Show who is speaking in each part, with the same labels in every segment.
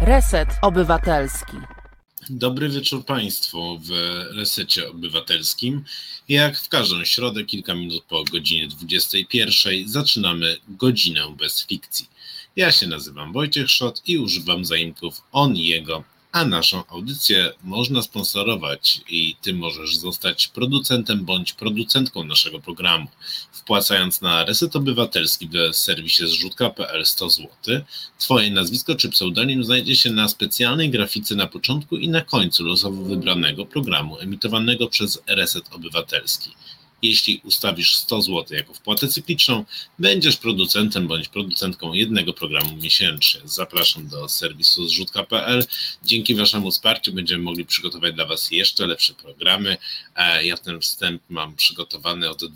Speaker 1: Reset Obywatelski.
Speaker 2: Dobry wieczór Państwu w Resecie Obywatelskim. Jak w każdą środę, kilka minut po godzinie 21 zaczynamy godzinę bez fikcji. Ja się nazywam Wojciech Szot i używam zaimków on i jego, a naszą audycję można sponsorować i Ty możesz zostać producentem bądź producentką naszego programu, wpłacając na Reset Obywatelski w serwisie zrzutka.pl 100 zł. Twoje nazwisko czy pseudonim znajdzie się na specjalnej grafice na początku i na końcu losowo wybranego programu emitowanego przez Reset Obywatelski. Jeśli ustawisz 100 zł jako wpłatę cykliczną, będziesz producentem bądź producentką jednego programu miesięcznie. Zapraszam do serwisu zrzutka.pl. Dzięki Waszemu wsparciu będziemy mogli przygotować dla Was jeszcze lepsze programy. Ja ten wstęp mam przygotowany od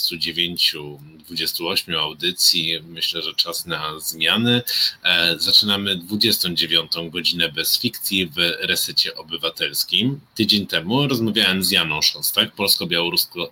Speaker 2: 29-28 audycji. Myślę, że czas na zmiany. Zaczynamy 29. godzinę bez fikcji w Resecie Obywatelskim. Tydzień temu rozmawiałem z Janą Szostak, polsko-białoruską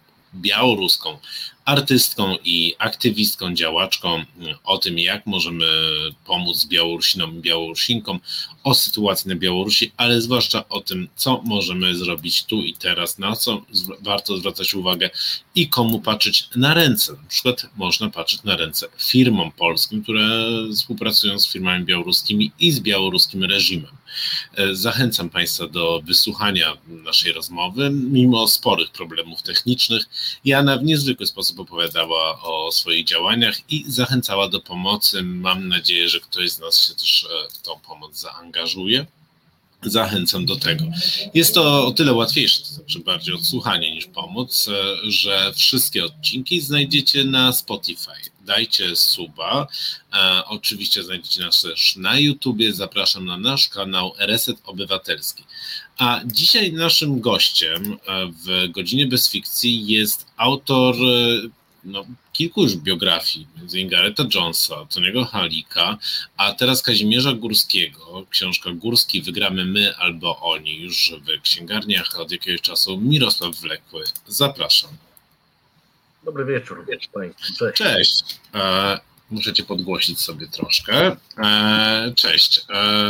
Speaker 2: artystką i aktywistką, działaczką o tym, jak możemy pomóc Białorusinom i Białorusinkom, o sytuacji na Białorusi, ale zwłaszcza o tym, co możemy zrobić tu i teraz, na co warto zwracać uwagę i komu patrzeć na ręce. Na przykład można patrzeć na ręce firmom polskim, które współpracują z firmami białoruskimi i z białoruskim reżimem. Zachęcam Państwa do wysłuchania naszej rozmowy. Mimo sporych problemów technicznych, Jana w niezwykły sposób opowiadała o swoich działaniach i zachęcała do pomocy. Mam nadzieję, że ktoś z nas się też w tą pomoc zaangażuje. Zachęcam do tego. Jest to o tyle łatwiejsze, to znaczy bardziej odsłuchanie niż pomoc, że wszystkie odcinki znajdziecie na Spotify. Dajcie suba. Oczywiście znajdziecie nas też na YouTubie. Zapraszam na nasz kanał Reset Obywatelski. A dzisiaj naszym gościem w Godzinie Bez Fikcji jest autor kilku już biografii, m.in. Garreta Jonesa, Tony'ego Halika, a teraz Kazimierza Górskiego. Książka Górski, Wygramy my albo oni, już w księgarniach od jakiegoś czasu. Mirosław Wlekły, zapraszam.
Speaker 3: Dobry wieczór Państwu.
Speaker 2: Cześć. Muszę Cię podgłosić sobie troszkę. Cześć.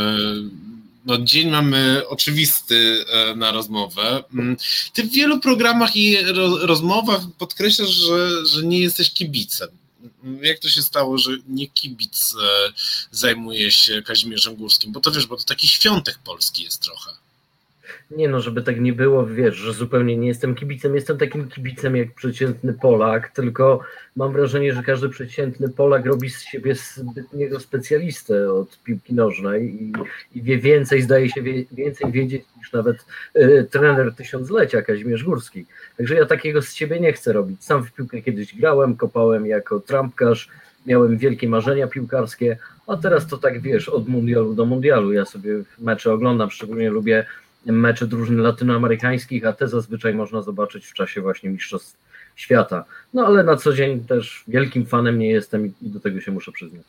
Speaker 2: Dzień mamy oczywisty na rozmowę. Ty w wielu programach i rozmowach podkreślasz, że nie jesteś kibicem. Jak to się stało, że nie kibic zajmuje się Kazimierzem Górskim? Bo to wiesz, bo to taki świątek polski jest trochę.
Speaker 3: Nie no, żeby tak nie było, wiesz, że zupełnie nie jestem kibicem. Jestem takim kibicem jak przeciętny Polak, tylko mam wrażenie, że każdy przeciętny Polak robi z siebie zbytniego specjalistę od piłki nożnej i wie więcej, zdaje się więcej wiedzieć niż nawet trener tysiąclecia Kazimierz Górski. Także ja takiego z siebie nie chcę robić. Sam w piłkę kiedyś grałem, kopałem jako trampkarz, miałem wielkie marzenia piłkarskie, a teraz to tak wiesz, od mundialu do mundialu. Ja sobie mecze oglądam, szczególnie lubię mecze drużyn latynoamerykańskich, a te zazwyczaj można zobaczyć w czasie właśnie Mistrzostw Świata. No ale na co dzień też wielkim fanem nie jestem i do tego się muszę przyznać.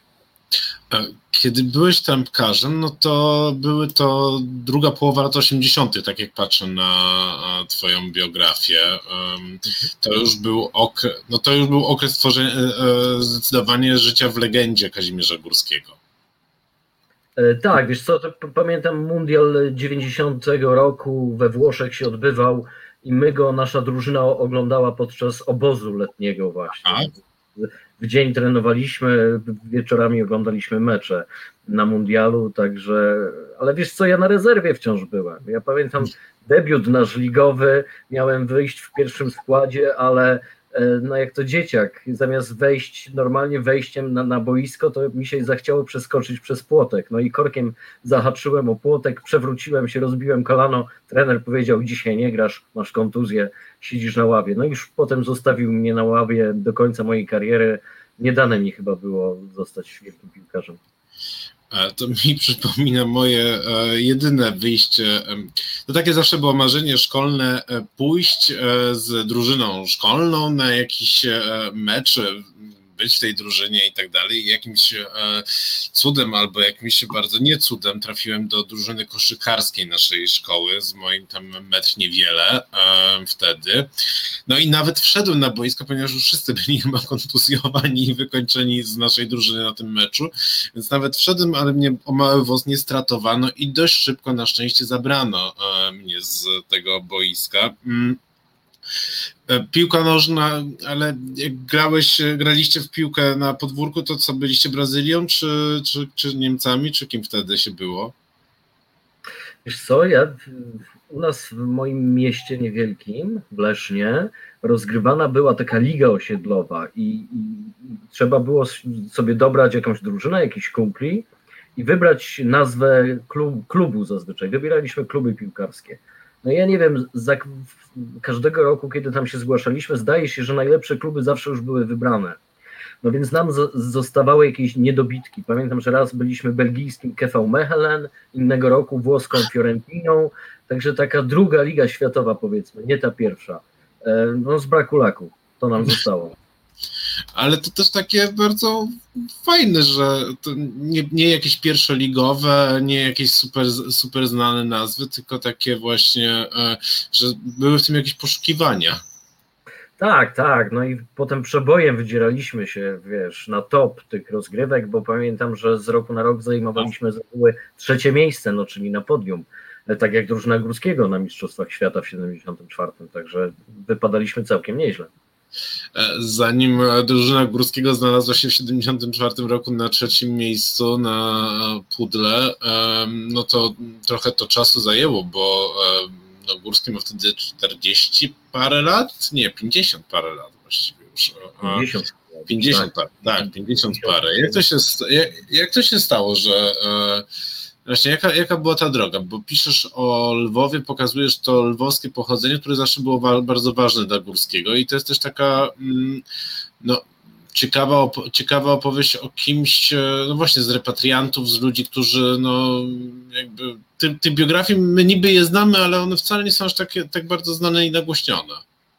Speaker 2: Kiedy byłeś trampkarzem, no to były to druga połowa lat 80., tak jak patrzę na Twoją biografię. To już był okres tworzenia zdecydowanie życia w legendzie Kazimierza Górskiego.
Speaker 3: Tak, wiesz co, pamiętam mundial 90 roku we Włoszech się odbywał i nasza drużyna oglądała podczas obozu letniego właśnie. W dzień trenowaliśmy, wieczorami oglądaliśmy mecze na mundialu, także, ale wiesz co, ja na rezerwie wciąż byłem. Ja pamiętam debiut nasz ligowy, miałem wyjść w pierwszym składzie, ale jak to dzieciak, zamiast wejść normalnie wejściem na boisko, to mi się zachciało przeskoczyć przez płotek. No i korkiem zahaczyłem o płotek, przewróciłem się, rozbiłem kolano. Trener powiedział: dzisiaj nie grasz, masz kontuzję, siedzisz na ławie. No i już potem zostawił mnie na ławie do końca mojej kariery. Nie dane mi chyba było zostać wielkim piłkarzem.
Speaker 2: To mi przypomina moje jedyne wyjście. To takie zawsze było marzenie szkolne, pójść z drużyną szkolną na jakiś mecz być w tej drużynie i tak dalej. Jakimś cudem albo jakimś bardzo nie cudem trafiłem do drużyny koszykarskiej naszej szkoły z moim tam metr niewiele wtedy. No i nawet wszedłem na boisko, ponieważ już wszyscy byli chyba kontuzjowani i wykończeni z naszej drużyny na tym meczu, więc nawet wszedłem, ale mnie o mały włos nie stratowano i dość szybko na szczęście zabrano mnie z tego boiska. Piłka nożna, ale jak graliście w piłkę na podwórku, to co, byliście Brazylią, czy Niemcami, czy kim wtedy się było?
Speaker 3: Wiesz co, u nas w moim mieście niewielkim, w Lesznie, rozgrywana była taka liga osiedlowa i trzeba było sobie dobrać jakąś drużynę, jakiś kumpli i wybrać nazwę klubu zazwyczaj. Wybieraliśmy kluby piłkarskie. No ja nie wiem, każdego roku, kiedy tam się zgłaszaliśmy, zdaje się, że najlepsze kluby zawsze już były wybrane. No więc nam zostawały jakieś niedobitki. Pamiętam, że raz byliśmy belgijskim KV Mechelen, innego roku włoską Fiorentiną, także taka druga liga światowa, powiedzmy, nie ta pierwsza. No z braku laku, to nam zostało.
Speaker 2: Ale to też takie bardzo fajne, że to nie jakieś pierwszoligowe, nie jakieś super znane nazwy, tylko takie właśnie, że były w tym jakieś poszukiwania.
Speaker 3: Tak, no i potem przebojem wydzieraliśmy się, wiesz, na top tych rozgrywek, bo pamiętam, że z roku na rok zajmowaliśmy z reguły 3. miejsce, no czyli na podium, tak jak drużyna Górskiego na Mistrzostwach Świata w 74, także wypadaliśmy całkiem nieźle.
Speaker 2: Zanim drużyna Górskiego znalazła się w 74 roku na 3. miejscu na pudle, no to trochę to czasu zajęło, bo no Górski ma wtedy 40 parę lat? Nie, 50 parę lat właściwie już. 50 parę, tak, 50 parę. Jak to się stało, że właśnie jaka była ta droga? Bo piszesz o Lwowie, pokazujesz to lwowskie pochodzenie, które zawsze było bardzo ważne dla Górskiego i to jest też taka no, ciekawa opowieść o kimś, no właśnie z repatriantów, z ludzi, którzy no jakby te biografie my niby je znamy, ale one wcale nie są aż tak bardzo znane i nagłośnione.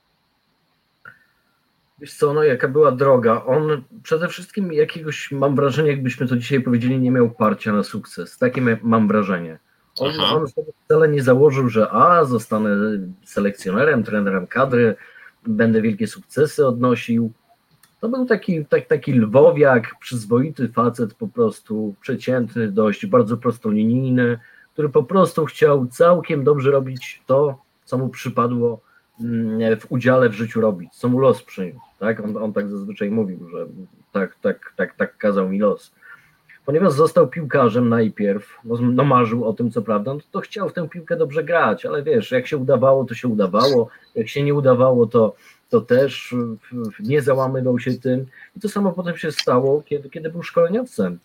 Speaker 3: Wiesz co, no jaka była droga? On przede wszystkim jakiegoś, mam wrażenie, jakbyśmy to dzisiaj powiedzieli, nie miał parcia na sukces. Takie mam wrażenie. On sobie wcale nie założył, że zostanę selekcjonerem, trenerem kadry, będę wielkie sukcesy odnosił. To był taki lwowiak, przyzwoity facet, po prostu przeciętny, dość bardzo prostolinijny, który po prostu chciał całkiem dobrze robić to, co mu przypadło w udziale w życiu robić, co mu los przyniósł. Tak? On tak zazwyczaj mówił, że tak kazał mi los. Ponieważ został piłkarzem najpierw, no marzył o tym co prawda, no to chciał w tę piłkę dobrze grać, ale wiesz, jak się udawało, to się udawało, jak się nie udawało, to też nie załamywał się tym. I to samo potem się stało, kiedy był szkoleniowcem.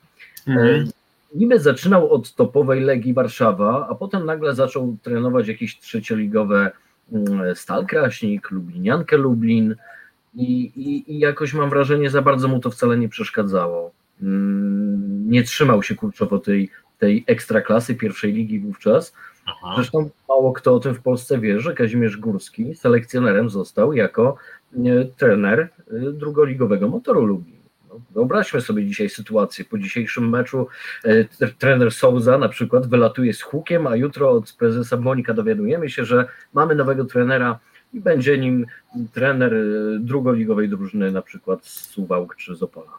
Speaker 3: Niby zaczynał od topowej Legii Warszawa, a potem nagle zaczął trenować jakieś trzecioligowe Stal Kraśnik, Lubliniankę Lublin i jakoś mam wrażenie, za bardzo mu to wcale nie przeszkadzało. Nie trzymał się kurczowo tej ekstraklasy pierwszej ligi wówczas. Zresztą mało kto o tym w Polsce wie, że Kazimierz Górski selekcjonerem został jako trener drugoligowego Motoru Lublin. No, wyobraźmy sobie dzisiaj sytuację. Po dzisiejszym meczu trener Souza na przykład wylatuje z hukiem, a jutro od prezesa Bonika dowiadujemy się, że mamy nowego trenera i będzie nim trener drugoligowej drużyny, na przykład z Suwałk czy z Opola.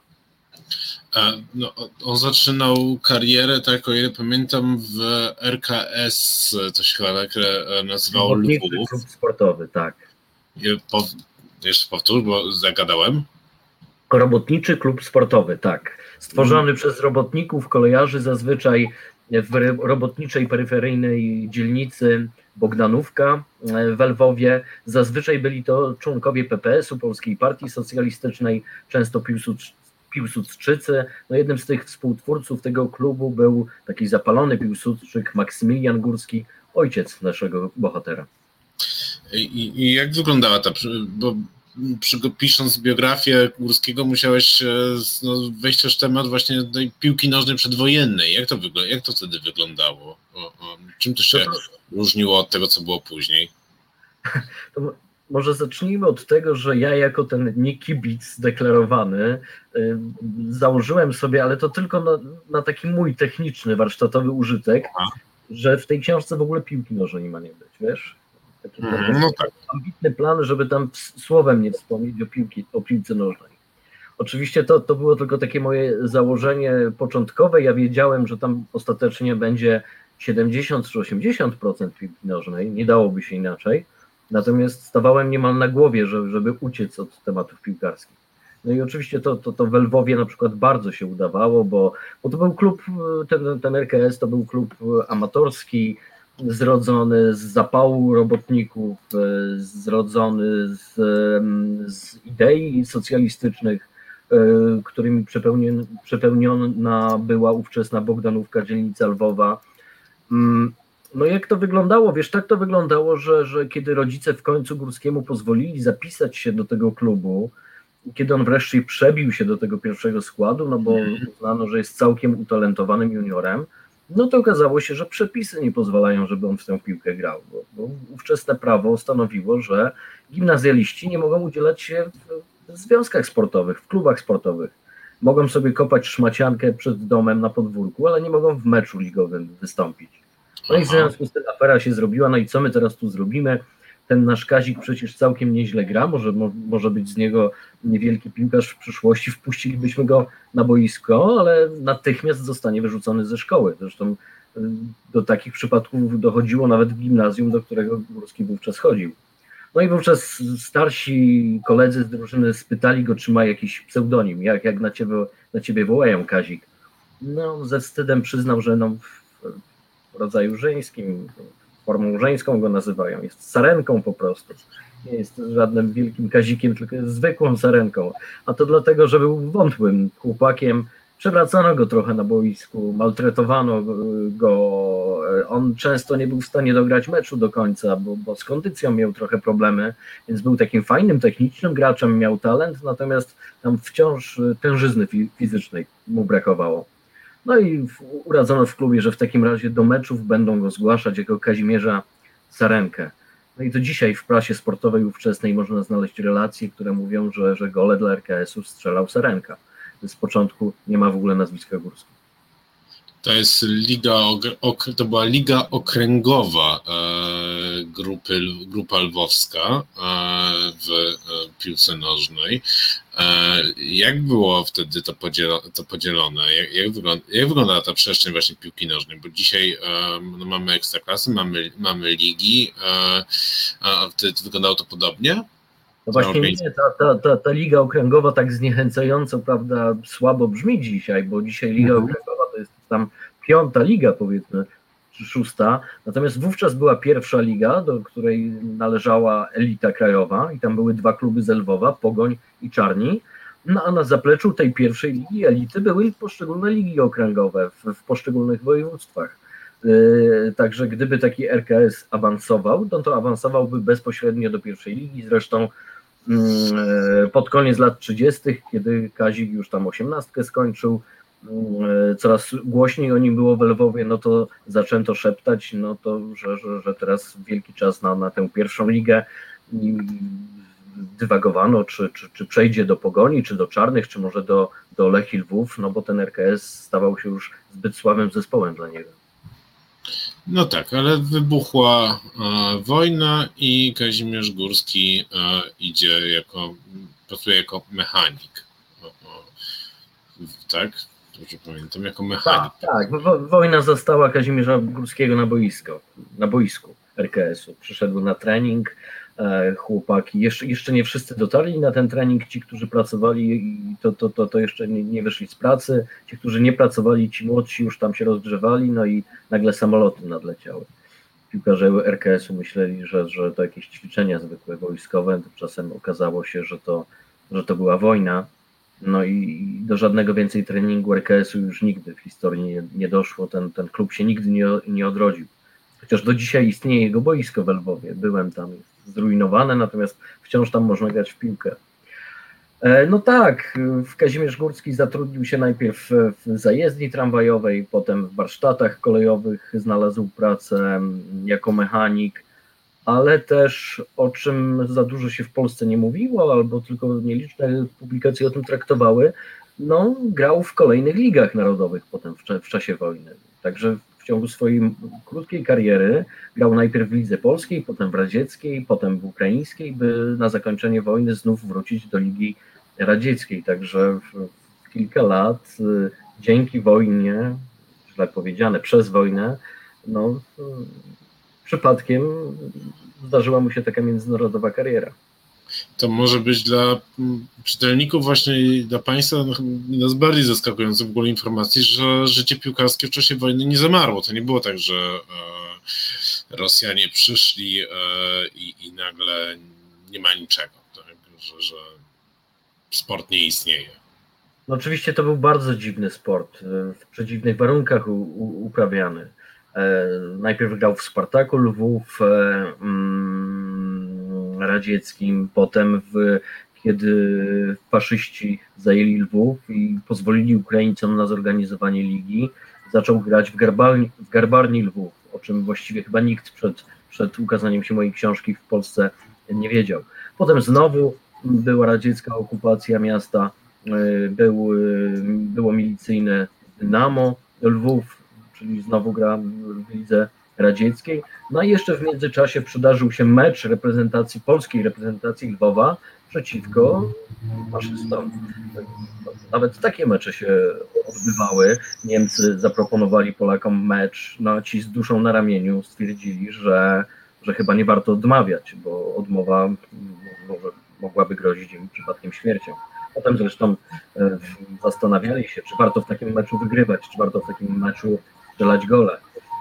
Speaker 2: No, on zaczynał karierę, tak o ile pamiętam, w RKS, to się chyba tak nazywało
Speaker 3: Lwów. Klub sportowy, tak.
Speaker 2: Jeszcze powtórz, bo zagadałem.
Speaker 3: Robotniczy klub sportowy, tak. Stworzony przez robotników, kolejarzy, zazwyczaj w robotniczej peryferyjnej dzielnicy Bogdanówka w Lwowie. Zazwyczaj byli to członkowie PPS-u, Polskiej Partii Socjalistycznej, często Piłsudsczycy. No jednym z tych współtwórców tego klubu był taki zapalony Piłsudczyk Maksymilian Górski, ojciec naszego bohatera.
Speaker 2: I jak wyglądała bo pisząc biografię Górskiego musiałeś wejść też w temat właśnie tej piłki nożnej przedwojennej. Jak to wtedy wyglądało? Czym to się różniło od tego, co było później?
Speaker 3: może zacznijmy od tego, że ja jako ten nie kibic zdeklarowany założyłem sobie, ale to tylko na taki mój techniczny, warsztatowy użytek, że w tej książce w ogóle piłki nożnej nie ma nie być, wiesz? Taki ambitny plan, żeby tam słowem nie wspomnieć o piłce nożnej. Oczywiście to było tylko takie moje założenie początkowe. Ja wiedziałem, że tam ostatecznie będzie 70 czy 80% piłki nożnej, nie dałoby się inaczej. Natomiast stawałem niemal na głowie, żeby uciec od tematów piłkarskich. No i oczywiście to w Lwowie na przykład bardzo się udawało, bo to był klub, ten RKS to był klub amatorski, zrodzony z zapału robotników, zrodzony z idei socjalistycznych, którymi przepełniona była ówczesna Bogdanówka, dzielnica Lwowa. No jak to wyglądało? Wiesz, tak to wyglądało, że kiedy rodzice w końcu Górskiemu pozwolili zapisać się do tego klubu, kiedy on wreszcie przebił się do tego pierwszego składu, no bo uznano, że jest całkiem utalentowanym juniorem, no to okazało się, że przepisy nie pozwalają, żeby on w tę piłkę grał, bo ówczesne prawo stanowiło, że gimnazjaliści nie mogą udzielać się w związkach sportowych, w klubach sportowych. Mogą sobie kopać szmaciankę przed domem na podwórku, ale nie mogą w meczu ligowym wystąpić. No i w związku z tym afera się zrobiła, no i co my teraz tu zrobimy? Ten nasz Kazik przecież całkiem nieźle gra, może być z niego niewielki piłkarz w przyszłości, wpuścilibyśmy go na boisko, ale natychmiast zostanie wyrzucony ze szkoły. Zresztą do takich przypadków dochodziło nawet w gimnazjum, do którego Górski wówczas chodził. No i wówczas starsi koledzy z drużyny spytali go, czy ma jakiś pseudonim, jak na ciebie wołają, Kazik. No ze wstydem przyznał, że w rodzaju żeńskim, formą żeńską go nazywają, jest sarenką po prostu. Nie jest żadnym wielkim Kazikiem, tylko jest zwykłą sarenką. A to dlatego, że był wątłym chłopakiem, przewracano go trochę na boisku, maltretowano go, on często nie był w stanie dograć meczu do końca, bo z kondycją miał trochę problemy, więc był takim fajnym, technicznym graczem, miał talent, natomiast tam wciąż tężyzny fizycznej mu brakowało. No i uradzono w klubie, że w takim razie do meczów będą go zgłaszać jako Kazimierza Sarenkę. No i to dzisiaj w prasie sportowej ówczesnej można znaleźć relacje, które mówią, że gole dla RKS-u strzelał Sarenka. Z początku nie ma w ogóle nazwiska Górski.
Speaker 2: To jest to była liga okręgowa grupa lwowska w piłce nożnej. Jak było wtedy to podzielone? Jak wyglądała ta przestrzeń właśnie piłki nożnej? Bo dzisiaj mamy ekstraklasy, mamy ligi. A wtedy wyglądało to podobnie?
Speaker 3: No właśnie nie, ta liga okręgowa tak zniechęcająco, prawda, słabo brzmi dzisiaj, bo dzisiaj liga okręgowa to jest tam 5. liga, powiedzmy, czy 6. Natomiast wówczas była 1. liga, do której należała elita krajowa i tam były 2 kluby z Lwowa, Pogoń i Czarni. No a na zapleczu tej 1. ligi elity były poszczególne ligi okręgowe w poszczególnych województwach. Także gdyby taki RKS awansował, no to awansowałby bezpośrednio do 1. ligi. Zresztą pod koniec lat 30., kiedy Kazik już tam 18 skończył, coraz głośniej o nim było w Lwowie, no to zaczęto szeptać, no to, że teraz wielki czas na tę 1. ligę. I dywagowano, czy przejdzie do Pogoni, czy do Czarnych, czy może do Lechii Lwów, no bo ten RKS stawał się już zbyt słabym zespołem dla niego.
Speaker 2: No tak, ale wybuchła wojna i Kazimierz Górski pracuje jako mechanik. Tak? Dobrze pamiętam, jako mechanik.
Speaker 3: Tak. Wojna zastała Kazimierza Górskiego na boisku RKS-u. Przyszedł na trening, chłopaki, jeszcze nie wszyscy dotarli na ten trening, ci, którzy pracowali i to jeszcze nie wyszli z pracy, ci, którzy nie pracowali, ci młodsi już tam się rozgrzewali, no i nagle samoloty nadleciały. Piłkarze RKS-u myśleli, że to jakieś ćwiczenia zwykłe wojskowe, tymczasem okazało się, że to była wojna, no i do żadnego więcej treningu RKS-u już nigdy w historii nie doszło, ten klub się nigdy nie odrodził. Chociaż do dzisiaj istnieje jego boisko w Lwowie, byłem tam, jest zrujnowane, natomiast wciąż tam można grać w piłkę. No tak, Kazimierz Górski zatrudnił się najpierw w zajezdni tramwajowej, potem w warsztatach kolejowych znalazł pracę jako mechanik, ale też o czym za dużo się w Polsce nie mówiło, albo tylko nieliczne publikacje o tym traktowały, no, grał w kolejnych ligach narodowych potem w czasie wojny. Także w ciągu swojej krótkiej kariery grał najpierw w lidze polskiej, potem w radzieckiej, potem w ukraińskiej, by na zakończenie wojny znów wrócić do Ligi Radzieckiej. Także w kilka lat dzięki wojnie, źle powiedziane, przez wojnę, no, przypadkiem zdarzyła mu się taka międzynarodowa kariera.
Speaker 2: To może być dla czytelników, właśnie i dla Państwa, nas bardziej zaskakujące w ogóle informacji, że życie piłkarskie w czasie wojny nie zamarło. To nie było tak, że Rosjanie przyszli i nagle nie ma niczego, tak? że sport nie istnieje.
Speaker 3: No oczywiście to był bardzo dziwny sport, w przedziwnych warunkach uprawiany. Najpierw grał w Spartaku Lwów radzieckim, potem kiedy faszyści zajęli Lwów i pozwolili Ukraińcom na zorganizowanie ligi, zaczął grać w Garbarni Lwów, o czym właściwie chyba nikt przed ukazaniem się mojej książki w Polsce nie wiedział. Potem znowu była radziecka okupacja miasta, było milicyjne Dynamo Lwów, czyli znowu gra w lidze radzieckiej. No i jeszcze w międzyczasie przydarzył się mecz polskiej reprezentacji Lwowa przeciwko faszystom. Nawet takie mecze się odbywały. Niemcy zaproponowali Polakom mecz, no ci z duszą na ramieniu stwierdzili, że chyba nie warto odmawiać, bo odmowa mogłaby grozić im przypadkiem śmiercią. Potem zresztą zastanawiali się, czy warto w takim meczu wygrywać, czy warto w takim meczu strzelać gole.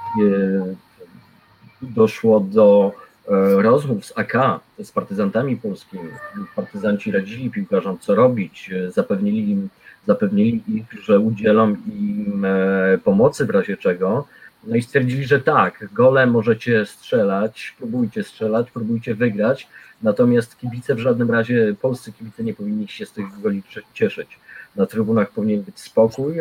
Speaker 3: Doszło do rozmów z AK, z partyzantami polskimi. Partyzanci radzili piłkarzom, co robić, zapewnili ich, że udzielą im pomocy w razie czego. No i stwierdzili, że tak, gole możecie strzelać, próbujcie wygrać, natomiast kibice w żadnym razie, polscy kibice nie powinni się z tych goli cieszyć. Na trybunach powinien być spokój,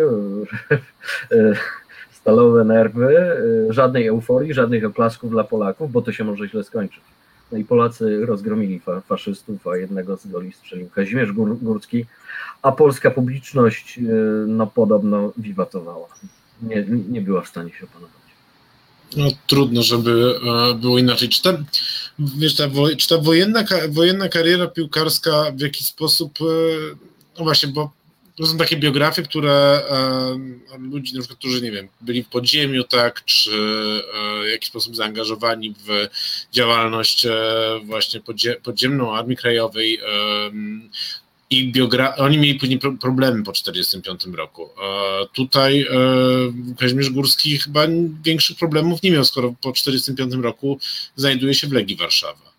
Speaker 3: stalowe nerwy, żadnej euforii, żadnych oklasków dla Polaków, bo to się może źle skończyć. No i Polacy rozgromili faszystów, a jednego z goli strzelił Kazimierz Górski, a polska publiczność no podobno wiwatowała. Nie była w stanie się opanować.
Speaker 2: No trudno, żeby było inaczej. Czy ta wojenna kariera piłkarska w jakiś sposób, no właśnie, bo to są takie biografie, które ludzi, na przykład, którzy, nie wiem, byli w podziemiu, tak, czy w jakiś sposób zaangażowani w działalność właśnie podziemną Armii Krajowej, i oni mieli później problemy po 1945 roku. Tutaj Kazimierz Górski chyba większych problemów nie miał, skoro po 1945 roku znajduje się w Legii Warszawa.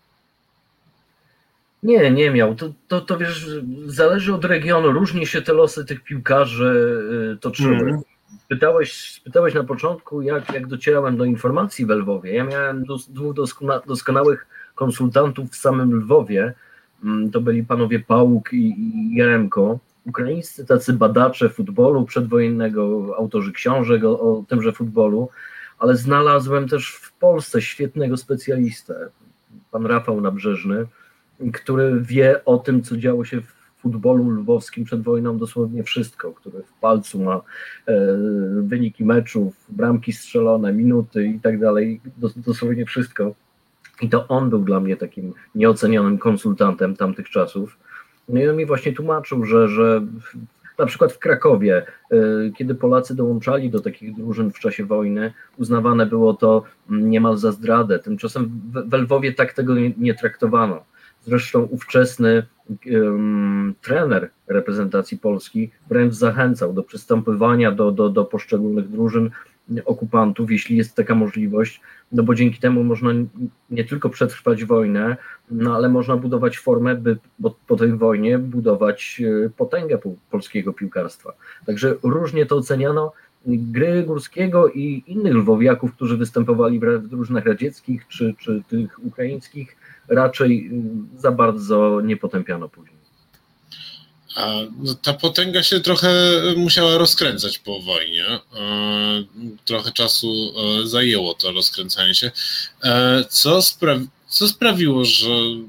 Speaker 3: Nie miał. To wiesz, zależy od regionu. Różnie się te losy tych piłkarzy toczyły. Pytałeś na początku, jak docierałem do informacji w Lwowie. Ja miałem dwóch doskonałych konsultantów w samym Lwowie. To byli panowie Pałuk i Jaremko. Ukraińscy tacy badacze futbolu przedwojennego, autorzy książek o tymże futbolu, ale znalazłem też w Polsce świetnego specjalistę, pan Rafał Nabrzeżny, który wie o tym, co działo się w futbolu lwowskim przed wojną dosłownie wszystko, który w palcu ma wyniki meczów, bramki strzelone, minuty i tak dalej, dosłownie wszystko. I to on był dla mnie takim nieocenionym konsultantem tamtych czasów. No i on mi właśnie tłumaczył, że na przykład w Krakowie, kiedy Polacy dołączali do takich drużyn w czasie wojny, uznawane było to niemal za zdradę. Tymczasem w Lwowie tak tego nie traktowano. Zresztą ówczesny trener reprezentacji Polski wręcz zachęcał do przystępowania do poszczególnych drużyn okupantów, jeśli jest taka możliwość, no bo dzięki temu można nie tylko przetrwać wojnę, no ale można budować formę, by po tej wojnie budować potęgę polskiego piłkarstwa. Także różnie to oceniano. Gry Górskiego i innych lwowiaków, którzy występowali w drużynach radzieckich czy tych ukraińskich, raczej za bardzo nie potępiano później.
Speaker 2: No, ta potęga się trochę musiała rozkręcać po wojnie. Trochę czasu zajęło to rozkręcanie się. Co sprawiło, że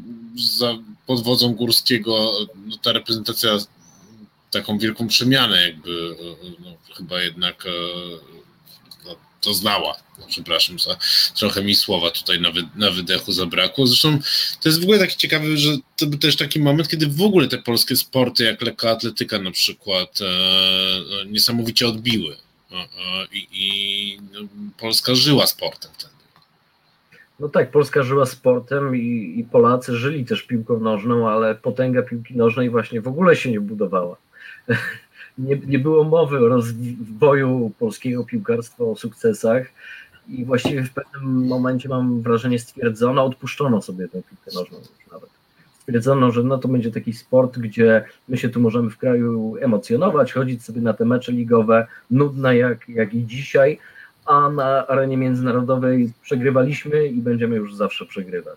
Speaker 2: pod wodzą Górskiego ta reprezentacja taką wielką przemianę jakby chyba jednak doznała. Przepraszam, trochę mi słowa tutaj na wydechu zabrakło. Zresztą to jest w ogóle taki ciekawy, że to był też taki moment, kiedy w ogóle te polskie sporty, jak lekkoatletyka na przykład, niesamowicie odbiły. I Polska żyła sportem wtedy.
Speaker 3: No tak, Polska żyła sportem i Polacy żyli też piłką nożną, ale potęga piłki nożnej właśnie w ogóle się nie budowała. Nie było mowy o rozwoju polskiego piłkarstwa, o sukcesach i właściwie w pewnym momencie, mam wrażenie, stwierdzono, odpuszczono sobie tę piłkę nożną już nawet. Stwierdzono, że no to będzie taki sport, gdzie my się tu możemy w kraju emocjonować, chodzić sobie na te mecze ligowe, nudne jak i dzisiaj, a na arenie międzynarodowej przegrywaliśmy i będziemy już zawsze przegrywać.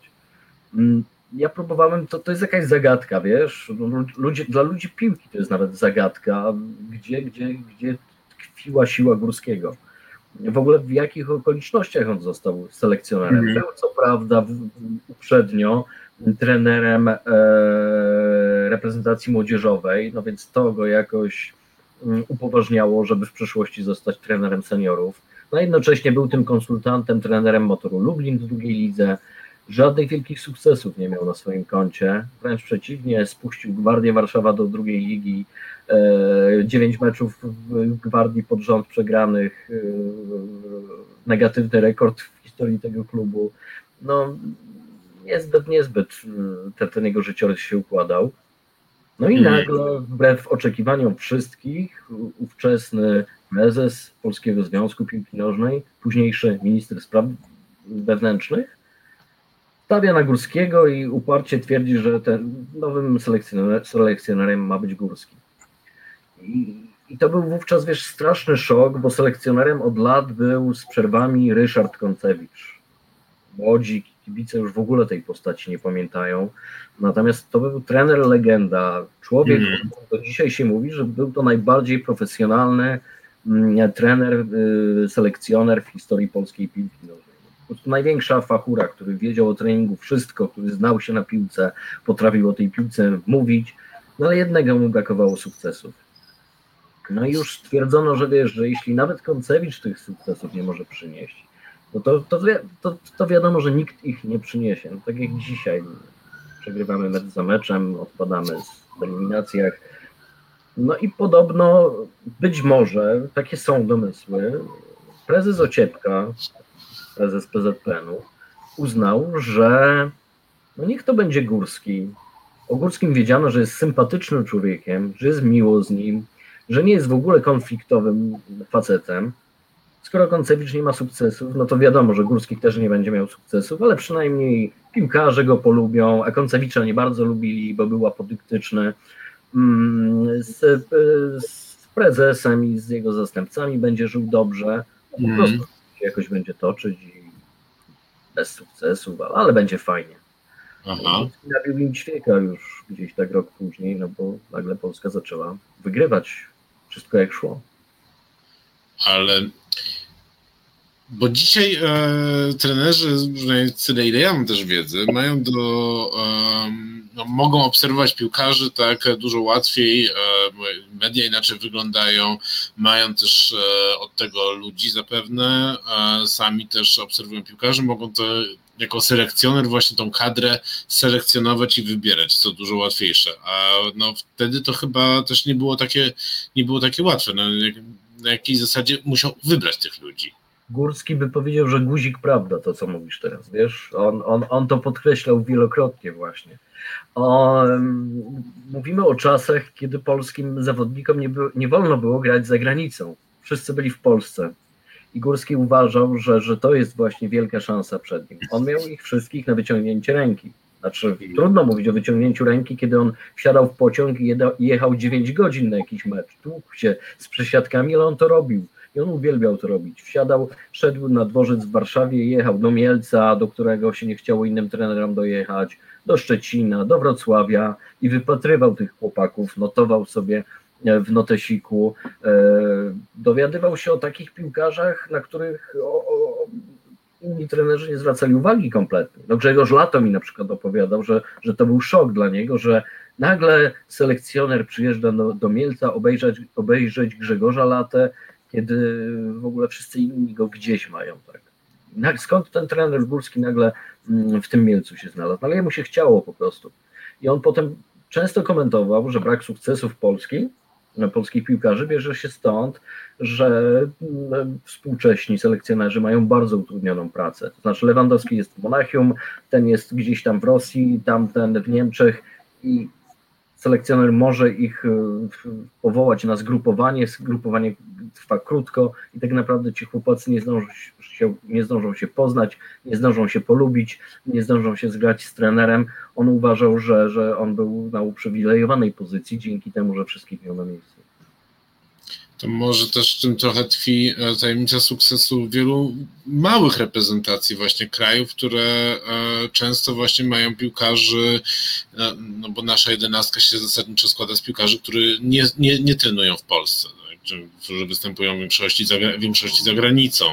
Speaker 3: Ja próbowałem, to jest jakaś zagadka, wiesz, dla ludzi piłki to jest nawet zagadka, gdzie tkwiła siła Górskiego. W ogóle w jakich okolicznościach on został selekcjonerem. Był co prawda uprzednio trenerem reprezentacji młodzieżowej, no więc to go jakoś upoważniało, żeby w przyszłości zostać trenerem seniorów. No jednocześnie był tym konsultantem, trenerem Motoru Lublin w drugiej lidze. Żadnych wielkich sukcesów nie miał na swoim koncie, wręcz przeciwnie, spuścił Gwardię Warszawa do drugiej ligi, 9 meczów w Gwardii pod rząd przegranych, negatywny rekord w historii tego klubu. No niezbyt ten jego życiorys się układał. No i nagle, wbrew oczekiwaniom wszystkich, ówczesny prezes Polskiego Związku Piłki Nożnej, późniejszy minister spraw wewnętrznych, stawia na Górskiego i uparcie twierdzi, że ten nowym selekcjonerem ma być Górski. I to był wówczas, wiesz, straszny szok, bo selekcjonerem od lat był z przerwami Ryszard Koncewicz. Młodzi kibice już w ogóle tej postaci nie pamiętają. Natomiast to był trener legenda. Człowiek, do dzisiaj się mówi, że był to najbardziej profesjonalny trener, selekcjoner w historii polskiej piłki nożnej. Po prostu największa fachura, który wiedział o treningu wszystko, który znał się na piłce, potrafił o tej piłce mówić, no ale jednego mu brakowało sukcesów. No i już stwierdzono, że wiesz, że jeśli nawet Koncewicz tych sukcesów nie może przynieść, no to wiadomo, że nikt ich nie przyniesie. No tak jak dzisiaj przegrywamy mecz za meczem, odpadamy w eliminacjach. No i podobno, być może, takie są domysły, prezes Ociepka, prezes PZPN-u, uznał, że no niech to będzie Górski. O Górskim wiedziano, że jest sympatycznym człowiekiem, że jest miło z nim, że nie jest w ogóle konfliktowym facetem. Skoro Koncewicz nie ma sukcesów, no to wiadomo, że Górski też nie będzie miał sukcesów, ale przynajmniej piłkarze go polubią, a Koncewicza nie bardzo lubili, bo był apodyktyczny. Z prezesem i z jego zastępcami będzie żył dobrze, po prostu jakoś będzie toczyć i bez sukcesów, ale będzie fajnie. Nabił im ćwieka już gdzieś tak rok później, no bo nagle Polska zaczęła wygrywać wszystko jak szło.
Speaker 2: Ale bo dzisiaj trenerzy, tyle ile ja mam też wiedzy, mają mogą obserwować piłkarzy tak dużo łatwiej, media inaczej wyglądają, mają też od tego ludzi zapewne, sami też obserwują piłkarzy, mogą to jako selekcjoner właśnie tą kadrę selekcjonować i wybierać, co dużo łatwiejsze, a no wtedy to chyba też nie było takie łatwe, na jakiej zasadzie musiał wybrać tych ludzi.
Speaker 3: Górski by powiedział, że guzik prawda, to co mówisz teraz, wiesz, on to podkreślał wielokrotnie właśnie. Mówimy o czasach, kiedy polskim zawodnikom nie wolno było grać za granicą. Wszyscy byli w Polsce. I Górski uważał, że to jest właśnie wielka szansa przed nim. On miał ich wszystkich na wyciągnięcie ręki. Znaczy, trudno mówić o wyciągnięciu ręki, kiedy on wsiadał w pociąg i jechał 9 godzin na jakiś mecz. Tłukł się z przesiadkami, ale on to robił. I on uwielbiał to robić. Szedł na dworzec w Warszawie, jechał do Mielca, do którego się nie chciało innym trenerom dojechać, do Szczecina, do Wrocławia i wypatrywał tych chłopaków, notował sobie w notesiku, dowiadywał się o takich piłkarzach, inni trenerzy nie zwracali uwagi kompletnie. No Grzegorz Lato mi na przykład opowiadał, że to był szok dla niego, że nagle selekcjoner przyjeżdża do Mielca obejrzeć Grzegorza Latę, kiedy w ogóle wszyscy inni go gdzieś mają. Tak? Skąd ten trener górski nagle w tym Mielcu się znalazł? Ale jemu się chciało po prostu. I on potem często komentował, że brak sukcesów polskich piłkarzy bierze się stąd, że współcześni selekcjonerzy mają bardzo utrudnioną pracę. To znaczy Lewandowski jest w Monachium, ten jest gdzieś tam w Rosji, tamten w Niemczech i selekcjoner może ich powołać na zgrupowanie trwa krótko i tak naprawdę ci chłopacy nie zdążą się poznać, nie zdążą się polubić, nie zdążą się zgrać z trenerem. On uważał, że on był na uprzywilejowanej pozycji dzięki temu, że wszystkich miał na miejscu.
Speaker 2: To może też w tym trochę tkwi tajemnica sukcesu wielu małych reprezentacji właśnie krajów, które często właśnie mają piłkarzy, no bo nasza 11 się zasadniczo składa z piłkarzy, którzy nie trenują w Polsce, którzy występują w większości za granicą.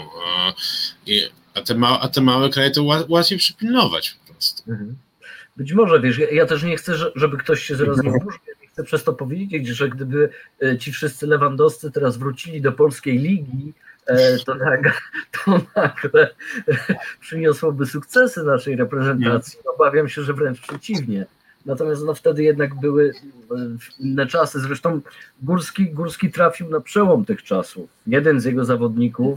Speaker 2: A te małe kraje to łatwiej przypilnować po prostu.
Speaker 3: Być może, wiesz, ja też nie chcę, żeby ktoś się zaraz nie wkurzył. Chcę przez to powiedzieć, że gdyby ci wszyscy lewandowscy teraz wrócili do polskiej ligi, to nagle przyniosłoby sukcesy naszej reprezentacji. Obawiam się, że wręcz przeciwnie. Natomiast wtedy jednak były inne czasy. Zresztą Górski trafił na przełom tych czasów. Jeden z jego zawodników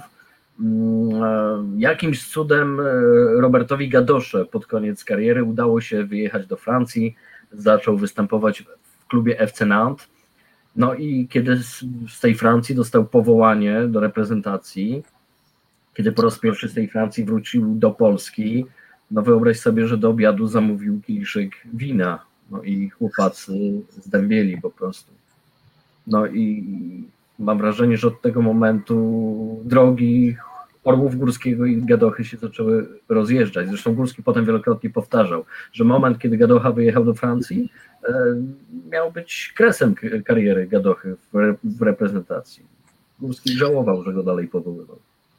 Speaker 3: jakimś cudem Robertowi Gadosze pod koniec kariery udało się wyjechać do Francji, zaczął występować w klubie FC Nantes. No i kiedy z tej Francji dostał powołanie do reprezentacji, kiedy po raz pierwszy z tej Francji wrócił do Polski, no wyobraź sobie, że do obiadu zamówił kieliszek wina. No i chłopacy zdębieli po prostu. No i mam wrażenie, że od tego momentu drogi Orłów Górskiego i Gadochy się zaczęły rozjeżdżać. Zresztą Górski potem wielokrotnie powtarzał, że moment, kiedy Gadocha wyjechał do Francji, miał być kresem kariery Gadochy w reprezentacji. Górski żałował, że go dalej powoływał.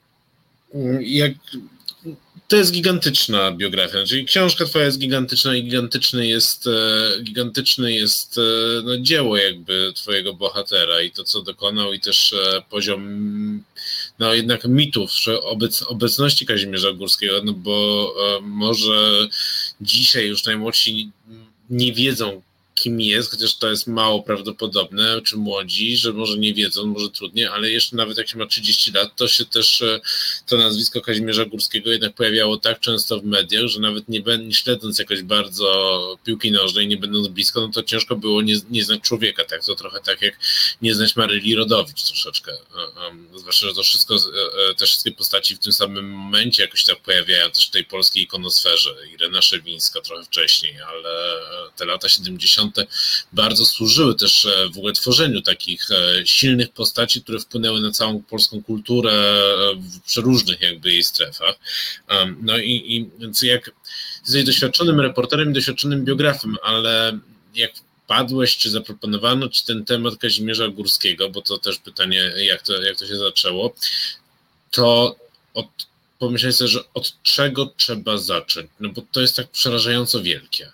Speaker 2: To jest gigantyczna biografia, czyli książka twoja jest gigantyczna i gigantyczne jest no, dzieło jakby twojego bohatera i to, co dokonał i też poziom no jednak mitów, obecności Kazimierza Górskiego, no bo może dzisiaj już najmłodsi nie wiedzą, kim jest, chociaż to jest mało prawdopodobne, czy młodzi, że może nie wiedzą, może trudniej, ale jeszcze nawet jak się ma 30 lat, to się też to nazwisko Kazimierza Górskiego jednak pojawiało tak często w mediach, że nawet nie śledząc jakoś bardzo piłki nożnej, nie będąc blisko, no to ciężko było nie znać człowieka, tak? To trochę tak jak nie znać Maryli Rodowicz troszeczkę, zwłaszcza, że to wszystko, te wszystkie postaci w tym samym momencie jakoś tak pojawiają też w tej polskiej ikonosferze. Irena Szewińska trochę wcześniej, ale te lata 70. bardzo służyły też w ogóle tworzeniu takich silnych postaci, które wpłynęły na całą polską kulturę w przeróżnych jakby jej strefach. No i więc jak jesteś doświadczonym reporterem i doświadczonym biografem, ale jak wpadłeś, czy zaproponowano ci ten temat Kazimierza Górskiego, bo to też pytanie, jak to się zaczęło, to pomyślałeś sobie, że od czego trzeba zacząć? No bo to jest tak przerażająco wielkie.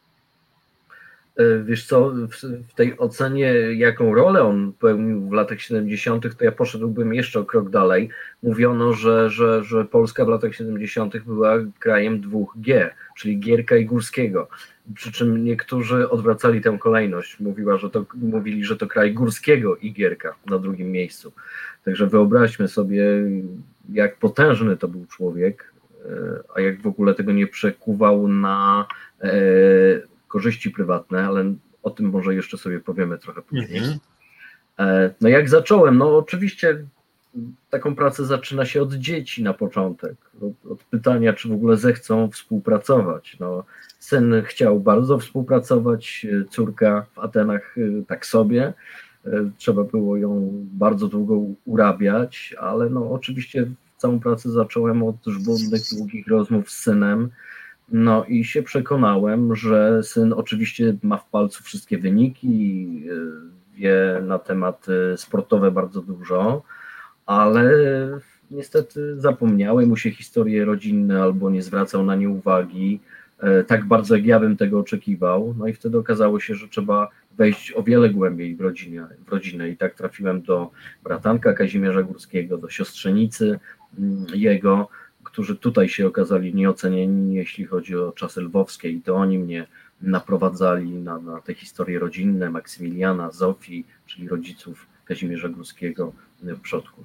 Speaker 3: Wiesz co, w tej ocenie, jaką rolę on pełnił w latach 70., to ja poszedłbym jeszcze o krok dalej. Mówiono, że Polska w latach 70. była krajem 2G, czyli Gierka i Górskiego. Przy czym niektórzy odwracali tę kolejność. Mówili, że to kraj Górskiego i Gierka na drugim miejscu. Także wyobraźmy sobie, jak potężny to był człowiek, a jak w ogóle tego nie przekuwał na korzyści prywatne, ale o tym może jeszcze sobie powiemy trochę później. No jak zacząłem? No oczywiście taką pracę zaczyna się od dzieci na początek, od pytania, czy w ogóle zechcą współpracować. No, syn chciał bardzo współpracować, córka w Atenach tak sobie. Trzeba było ją bardzo długo urabiać, ale no oczywiście całą pracę zacząłem od żmudnych, długich rozmów z synem. No i się przekonałem, że syn oczywiście ma w palcu wszystkie wyniki, wie na tematy sportowe bardzo dużo, ale niestety zapomniały mu się historie rodzinne albo nie zwracał na nie uwagi tak bardzo, jak ja bym tego oczekiwał. No i wtedy okazało się, że trzeba wejść o wiele głębiej w rodzinę i tak trafiłem do bratanka Kazimierza Górskiego, do siostrzenicy jego, którzy tutaj się okazali nieocenieni, jeśli chodzi o czasy lwowskie, i to oni mnie naprowadzali na te historie rodzinne Maksymiliana, Zofii, czyli rodziców Kazimierza Górskiego, przodków.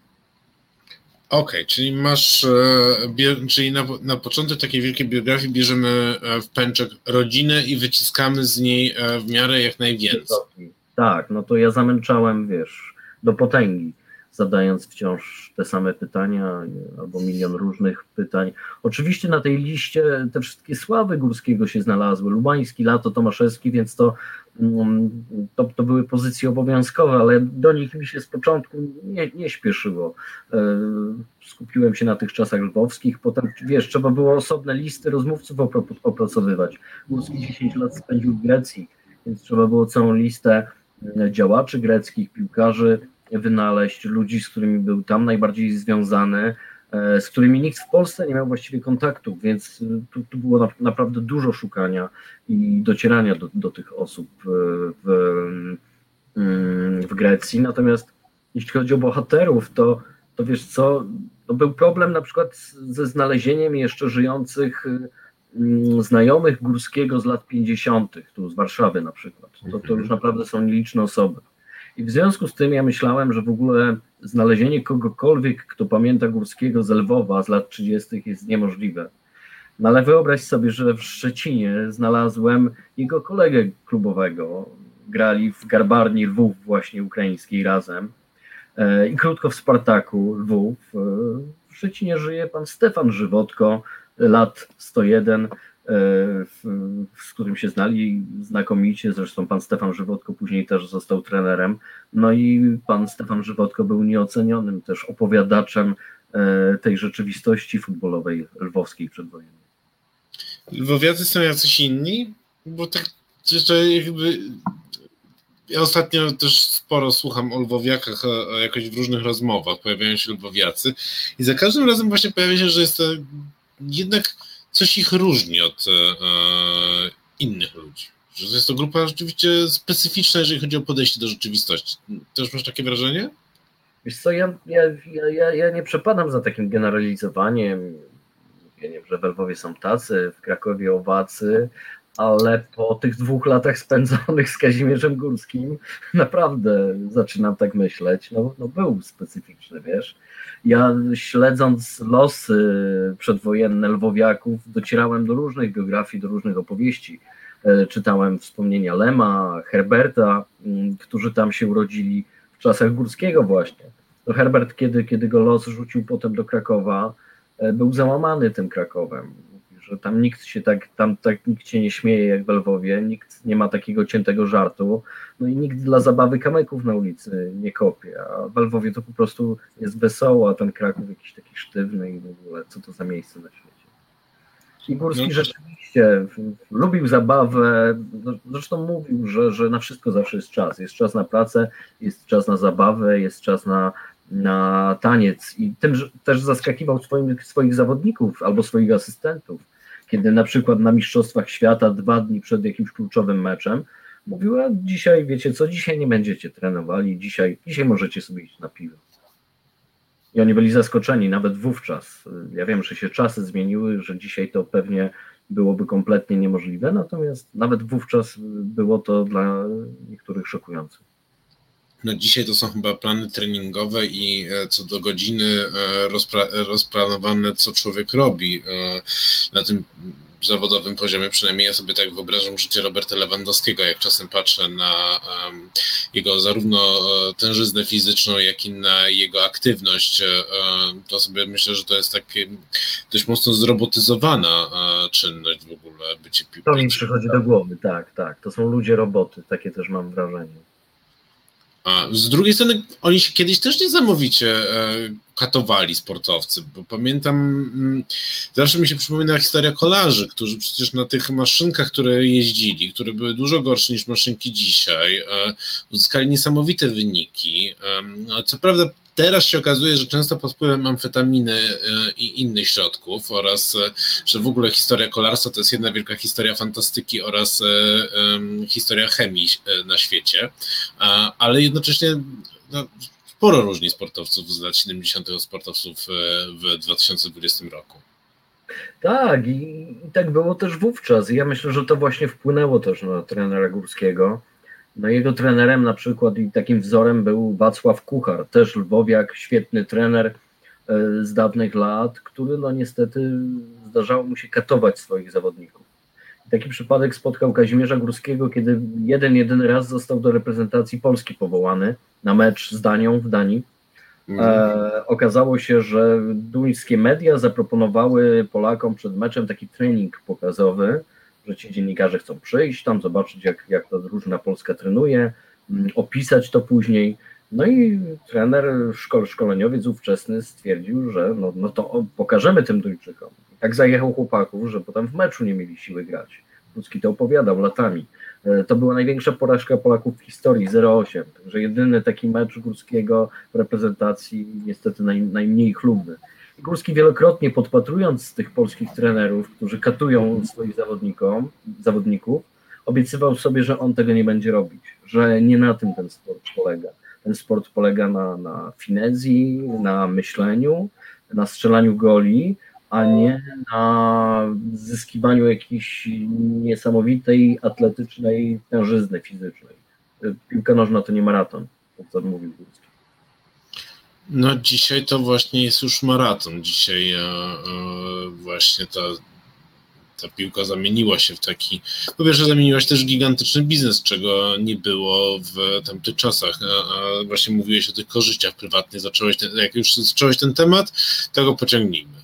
Speaker 2: Okej, czyli masz, czyli na początek takiej wielkiej biografii bierzemy w pęczek rodzinę i wyciskamy z niej w miarę jak najwięcej.
Speaker 3: Tak, no to ja zamęczałem, wiesz, do potęgi, zadając wciąż te same pytania albo milion różnych pytań. Oczywiście na tej liście te wszystkie sławy Górskiego się znalazły, Lubański, Lato, Tomaszewski, więc to były pozycje obowiązkowe, ale do nich mi się z początku nie śpieszyło. Skupiłem się na tych czasach lwowskich, potem, wiesz, trzeba było osobne listy rozmówców opracowywać. Górski 10 lat spędził w Grecji, więc trzeba było całą listę działaczy greckich, piłkarzy wynaleźć, ludzi, z którymi był tam najbardziej związany, z którymi nikt w Polsce nie miał właściwie kontaktów, więc tu było naprawdę dużo szukania i docierania do tych osób w Grecji. Natomiast jeśli chodzi o bohaterów, to wiesz co, to był problem na przykład ze znalezieniem jeszcze żyjących znajomych Górskiego z lat 50., tu z Warszawy na przykład. To już naprawdę są nieliczne osoby. I w związku z tym ja myślałem, że w ogóle znalezienie kogokolwiek, kto pamięta Górskiego z Lwowa z lat 30. jest niemożliwe. No ale wyobraź sobie, że w Szczecinie znalazłem jego kolegę klubowego. Grali w Garbarni Lwów właśnie ukraińskiej razem i krótko w Spartaku Lwów. W Szczecinie żyje pan Stefan Żywotko, lat 101, z którym się znali znakomicie, zresztą pan Stefan Żywotko później też został trenerem, no i pan Stefan Żywotko był nieocenionym też opowiadaczem tej rzeczywistości futbolowej lwowskiej przedwojennej.
Speaker 2: Lwowiacy są jacyś inni? Bo tak jeszcze jakby... Ja ostatnio też sporo słucham o lwowiakach, jakoś w różnych rozmowach pojawiają się lwowiacy i za każdym razem właśnie pojawia się, że jest to jednak coś ich różni od innych ludzi. Że jest to grupa rzeczywiście specyficzna, jeżeli chodzi o podejście do rzeczywistości. Też masz takie wrażenie?
Speaker 3: Wiesz co, ja nie przepadam za takim generalizowaniem, mówieniem, że w Lwowie są tacy, w Krakowie owacy, ale po tych 2 latach spędzonych z Kazimierzem Górskim naprawdę zaczynam tak myśleć. No był specyficzny, wiesz. Ja śledząc losy przedwojenne lwowiaków docierałem do różnych biografii, do różnych opowieści. Czytałem wspomnienia Lema, Herberta, którzy tam się urodzili w czasach Górskiego właśnie. To Herbert, kiedy go los rzucił potem do Krakowa, był załamany tym Krakowem. Że tam nikt się nikt się nie śmieje jak w Lwowie, nikt nie ma takiego ciętego żartu, no i nikt dla zabawy kamyków na ulicy nie kopie, a w Lwowie to po prostu jest wesoło, a ten Kraków jakiś taki sztywny i w ogóle, co to za miejsce na świecie. I Górski rzeczywiście lubił zabawę, zresztą mówił, że na wszystko zawsze jest czas na pracę, jest czas na zabawę, jest czas na taniec i tym też zaskakiwał swoich zawodników albo swoich asystentów, kiedy na przykład na Mistrzostwach Świata 2 dni przed jakimś kluczowym meczem mówiła: dzisiaj wiecie co, dzisiaj nie będziecie trenowali, dzisiaj możecie sobie iść na piwo. I oni byli zaskoczeni nawet wówczas. Ja wiem, że się czasy zmieniły, że dzisiaj to pewnie byłoby kompletnie niemożliwe, natomiast nawet wówczas było to dla niektórych szokujące.
Speaker 2: No dzisiaj to są chyba plany treningowe i co do godziny rozplanowane, co człowiek robi na tym zawodowym poziomie. Przynajmniej ja sobie tak wyobrażam życie Roberta Lewandowskiego, jak czasem patrzę na jego zarówno tężyznę fizyczną, jak i na jego aktywność, to sobie myślę, że to jest takie dość mocno zrobotyzowana czynność w ogóle, bycie piłkarzem.
Speaker 3: To mi przychodzi do głowy, tak. To są ludzie roboty, takie też mam wrażenie.
Speaker 2: A z drugiej strony oni się kiedyś też niesamowicie katowali, sportowcy, bo pamiętam, zawsze mi się przypomina historia kolarzy, którzy przecież na tych maszynkach, które jeździli, które były dużo gorsze niż maszynki dzisiaj, uzyskali niesamowite wyniki. Co prawda Teraz się okazuje, że często pod wpływem amfetaminy i innych środków oraz, że w ogóle historia kolarstwa to jest jedna wielka historia fantastyki oraz historia chemii na świecie, ale jednocześnie sporo różni sportowców z lat 70. sportowców w 2020 roku.
Speaker 3: Tak, i tak było też wówczas. Ja myślę, że to właśnie wpłynęło też na trenera Górskiego. No jego trenerem na przykład i takim wzorem był Wacław Kuchar, też lwowiak, świetny trener z dawnych lat, który no niestety zdarzało mu się katować swoich zawodników. Taki przypadek spotkał Kazimierza Górskiego, kiedy jedyny raz został do reprezentacji Polski powołany na mecz z Danią w Danii. Okazało się, że duńskie media zaproponowały Polakom przed meczem taki trening pokazowy, że ci dziennikarze chcą przyjść tam, zobaczyć jak ta drużyna polska trenuje, opisać to później. No i trener, szkoleniowiec ówczesny stwierdził, że no to pokażemy tym Duńczykom. I tak zajechał chłopaków, że potem w meczu nie mieli siły grać. Górski to opowiadał latami. To była największa porażka Polaków w historii, 0-8. Także jedyny taki mecz Górskiego w reprezentacji, niestety najmniej chlubny. Górski wielokrotnie podpatrując tych polskich trenerów, którzy katują swoich zawodników, obiecywał sobie, że on tego nie będzie robić, że nie na tym ten sport polega. Ten sport polega na finezji, na myśleniu, na strzelaniu goli, a nie na zyskiwaniu jakiejś niesamowitej atletycznej tężyzny fizycznej. Piłka nożna to nie maraton, tak co mówił Górski.
Speaker 2: No dzisiaj to właśnie jest już maraton. Dzisiaj właśnie ta piłka zamieniła się w taki, po pierwsze zamieniła się też w gigantyczny biznes, czego nie było w tamtych czasach. A właśnie mówiłeś o tych korzyściach prywatnych, jak już zacząłeś ten temat, to go pociągnijmy.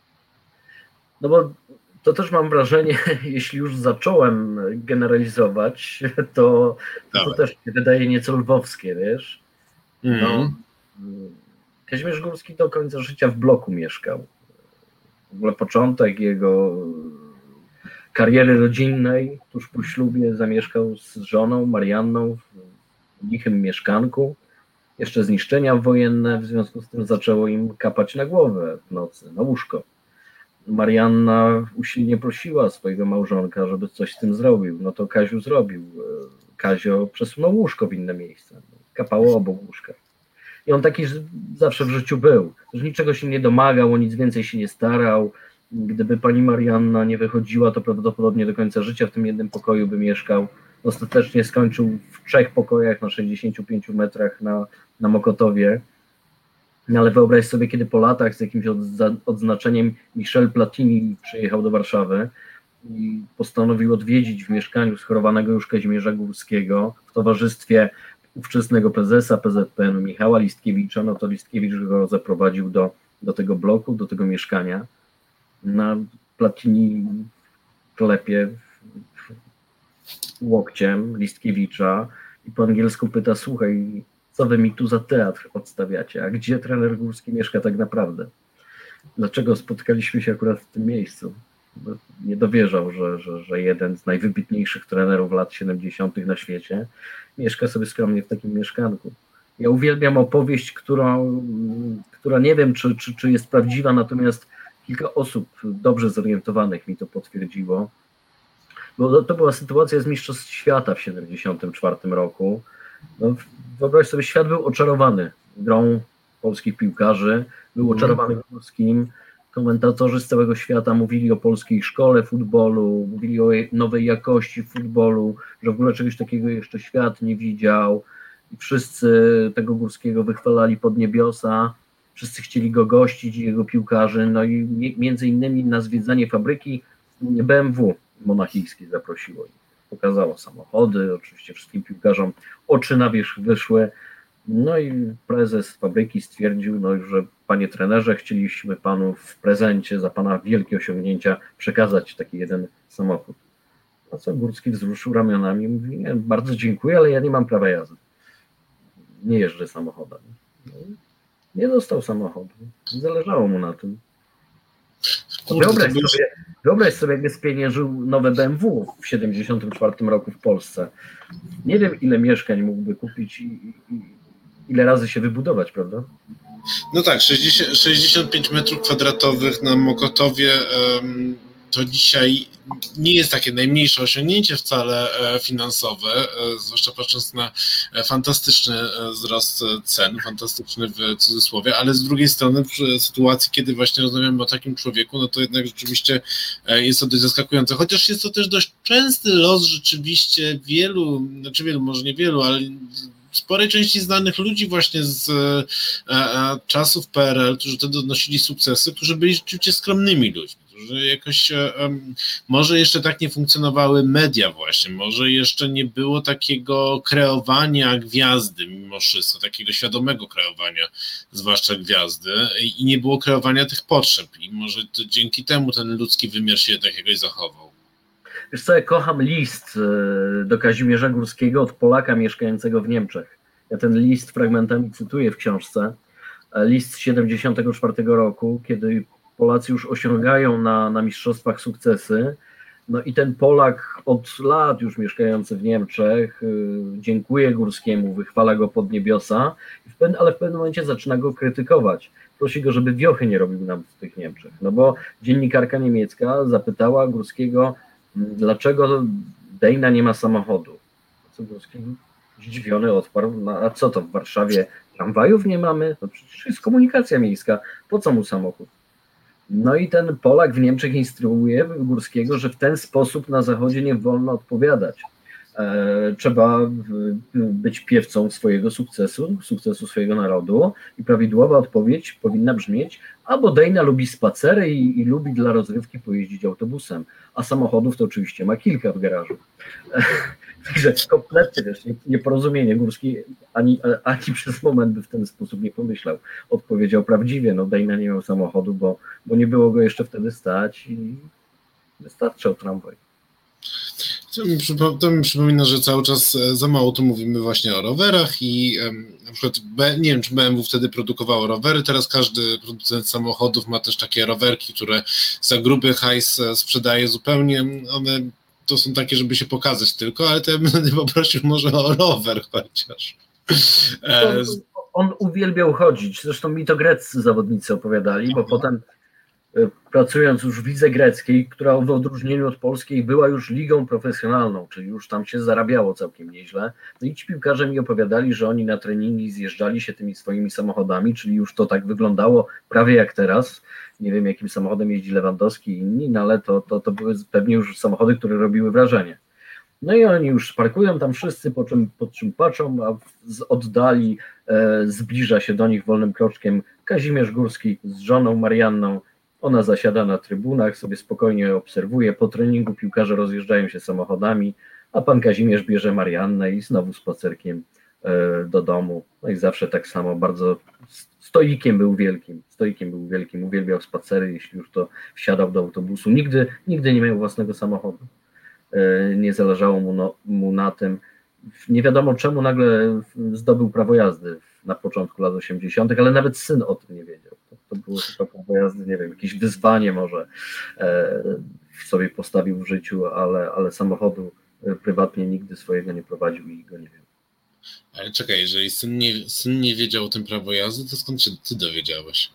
Speaker 3: No bo to też mam wrażenie, jeśli już zacząłem generalizować, to też się wydaje nieco lwowskie, wiesz? No, Kazimierz Górski do końca życia w bloku mieszkał. W ogóle początek jego kariery rodzinnej tuż po ślubie zamieszkał z żoną Marianną w lichym mieszkanku. Jeszcze zniszczenia wojenne, w związku z tym zaczęło im kapać na głowę w nocy, na łóżko. Marianna usilnie prosiła swojego małżonka, żeby coś z tym zrobił. No to Kaziu zrobił. Kazio przesunął łóżko w inne miejsce. Kapało obok łóżka. I on taki zawsze w życiu był. Już niczego się nie domagał, o nic więcej się nie starał. Gdyby pani Marianna nie wychodziła, to prawdopodobnie do końca życia w tym jednym pokoju by mieszkał. Ostatecznie skończył w 3 pokojach na 65 metrach na Mokotowie. No ale wyobraź sobie, kiedy po latach z jakimś odznaczeniem Michel Platini przyjechał do Warszawy i postanowił odwiedzić w mieszkaniu schorowanego już Kazimierza Górskiego w towarzystwie ówczesnego prezesa PZPN Michała Listkiewicza, no to Listkiewicz go zaprowadził do tego bloku, do tego mieszkania. Na Platini klepie łokciem Listkiewicza i po angielsku pyta: słuchaj, co wy mi tu za teatr odstawiacie, a gdzie trener Górski mieszka tak naprawdę? Dlaczego spotkaliśmy się akurat w tym miejscu? Nie dowierzał, że jeden z najwybitniejszych trenerów lat 70. na świecie mieszka sobie skromnie w takim mieszkanku. Ja uwielbiam opowieść, która nie wiem, czy jest prawdziwa, natomiast kilka osób dobrze zorientowanych mi to potwierdziło. Bo to była sytuacja z Mistrzostw Świata w 1974 roku. No, wyobraź sobie, świat był oczarowany grą polskich piłkarzy, był oczarowany Górskim. Komentatorzy z całego świata mówili o polskiej szkole futbolu, mówili o nowej jakości futbolu, że w ogóle czegoś takiego jeszcze świat nie widział. I wszyscy tego Górskiego wychwalali pod niebiosa, wszyscy chcieli go gościć, jego piłkarzy, no i między innymi na zwiedzanie fabryki BMW monachijskiej zaprosiło ich. Pokazało samochody, oczywiście wszystkim piłkarzom oczy na wierzch wyszły. No i prezes fabryki stwierdził, no, że panie trenerze, chcieliśmy panu w prezencie za pana wielkie osiągnięcia przekazać taki jeden samochód. A co Górski wzruszył ramionami i mówi: nie, bardzo dziękuję, ale ja nie mam prawa jazdy. Nie jeżdżę samochodem. No, nie dostał samochodu. Zależało mu na tym. Wyobraź sobie, jakby spieniężył nowe BMW w 1974 roku w Polsce. Nie wiem, ile mieszkań mógłby kupić i ile razy się wybudować, prawda?
Speaker 2: No tak, 65 metrów kwadratowych na Mokotowie to dzisiaj nie jest takie najmniejsze osiągnięcie wcale finansowe, zwłaszcza patrząc na fantastyczny wzrost cen, fantastyczny w cudzysłowie, ale z drugiej strony w sytuacji, kiedy właśnie rozmawiamy o takim człowieku, no to jednak rzeczywiście jest to dość zaskakujące, chociaż jest to też dość częsty los rzeczywiście wielu, może nie wielu, ale sporej części znanych ludzi właśnie z czasów PRL, którzy wtedy odnosili sukcesy, którzy byli rzeczywiście skromnymi ludźmi, którzy jakoś może jeszcze tak nie funkcjonowały media właśnie, może jeszcze nie było takiego kreowania gwiazdy mimo wszystko, takiego świadomego kreowania zwłaszcza gwiazdy i nie było kreowania tych potrzeb i może to dzięki temu ten ludzki wymiar się tak jakoś zachował.
Speaker 3: Wiesz co, ja kocham list do Kazimierza Górskiego od Polaka mieszkającego w Niemczech. Ja ten list fragmentami cytuję w książce. List z 1974 roku, kiedy Polacy już osiągają na mistrzostwach sukcesy. No i ten Polak od lat już mieszkający w Niemczech dziękuję Górskiemu, wychwala go pod niebiosa, ale w pewnym momencie zaczyna go krytykować. Prosi go, żeby wiochy nie robił nam w tych Niemczech. No bo dziennikarka niemiecka zapytała Górskiego, dlaczego Dejna nie ma samochodu. Co Górski zdziwiony odparł, no a co to w Warszawie tramwajów nie mamy? No przecież jest komunikacja miejska, po co mu samochód? No i ten Polak w Niemczech instruuje Górskiego, że w ten sposób na Zachodzie nie wolno odpowiadać. Trzeba być piewcą swojego sukcesu swojego narodu i prawidłowa odpowiedź powinna brzmieć: albo Dejna lubi spacery i lubi dla rozrywki pojeździć autobusem, a samochodów to oczywiście ma kilka w garażu. Także kompletnie też nieporozumienie. Górski ani przez moment by w ten sposób nie pomyślał. Odpowiedział prawdziwie, no Dejna nie miał samochodu, bo nie było go jeszcze wtedy stać i wystarczał tramwaj.
Speaker 2: To mi przypomina, że cały czas za mało tu mówimy właśnie o rowerach i na przykład, nie wiem, czy BMW wtedy produkowało rowery, teraz każdy producent samochodów ma też takie rowerki, które za gruby hajs sprzedaje zupełnie, one to są takie, żeby się pokazać tylko, ale to ja bym poprosił może o rower chociaż.
Speaker 3: On uwielbiał chodzić, zresztą mi to greccy zawodnicy opowiadali, bo potem pracując już w lidze greckiej, która w odróżnieniu od polskiej była już ligą profesjonalną, czyli już tam się zarabiało całkiem nieźle. No i ci piłkarze mi opowiadali, że oni na treningi zjeżdżali się tymi swoimi samochodami, czyli już to tak wyglądało prawie jak teraz. Nie wiem, jakim samochodem jeździ Lewandowski i inni, no ale to były pewnie już samochody, które robiły wrażenie. No i oni już parkują tam wszyscy, po czym patrzą, a z oddali zbliża się do nich wolnym kroczkiem Kazimierz Górski z żoną Marianną. Ona zasiada na trybunach, sobie spokojnie obserwuje. Po treningu piłkarze rozjeżdżają się samochodami, a pan Kazimierz bierze Mariannę i znowu spacerkiem do domu. No i zawsze tak samo, bardzo stoikiem był wielkim, uwielbiał spacery, jeśli już to wsiadał do autobusu. Nigdy nie miał własnego samochodu. Nie zależało mu na tym. Nie wiadomo czemu nagle zdobył prawo jazdy na początku lat 80., ale nawet syn o tym nie wiedział. To było chyba prawo jazdy, nie wiem, jakieś wyzwanie może sobie postawił w życiu, ale samochodu prywatnie nigdy swojego nie prowadził i go nie wiem.
Speaker 2: Ale czekaj, jeżeli syn nie wiedział o tym prawo jazdy, to skąd się ty dowiedziałeś?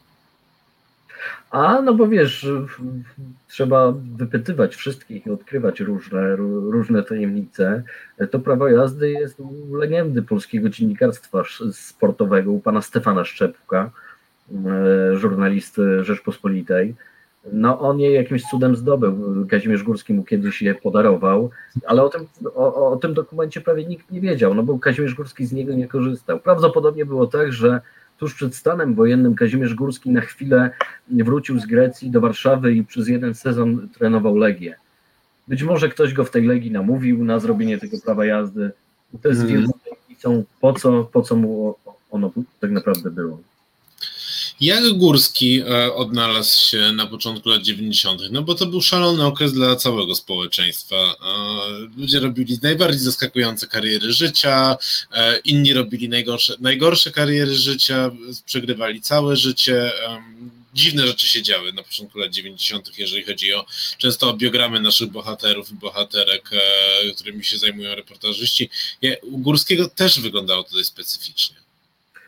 Speaker 3: No bo wiesz, trzeba wypytywać wszystkich i odkrywać różne tajemnice. To prawo jazdy jest u legendy polskiego dziennikarstwa sportowego, u pana Stefana Szczepka, żurnalisty Rzeczpospolitej. No on je jakimś cudem zdobył. Kazimierz Górski mu kiedyś je podarował, ale o tym dokumencie prawie nikt nie wiedział, no bo Kazimierz Górski z niego nie korzystał. Prawdopodobnie było tak, że tuż przed stanem wojennym Kazimierz Górski na chwilę wrócił z Grecji do Warszawy i przez jeden sezon trenował Legię. Być może ktoś go w tej Legii namówił na zrobienie tego prawa jazdy. To jest wielką tajemnicą, po co mu ono tak naprawdę było.
Speaker 2: Jak Górski odnalazł się na początku lat 90., no bo to był szalony okres dla całego społeczeństwa. Ludzie robili najbardziej zaskakujące kariery życia, inni robili najgorsze kariery życia, przegrywali całe życie. Dziwne rzeczy się działy na początku lat 90., jeżeli chodzi często o biogramy naszych bohaterów i bohaterek, którymi się zajmują reportażyści. U Górskiego też wyglądało to dość specyficznie.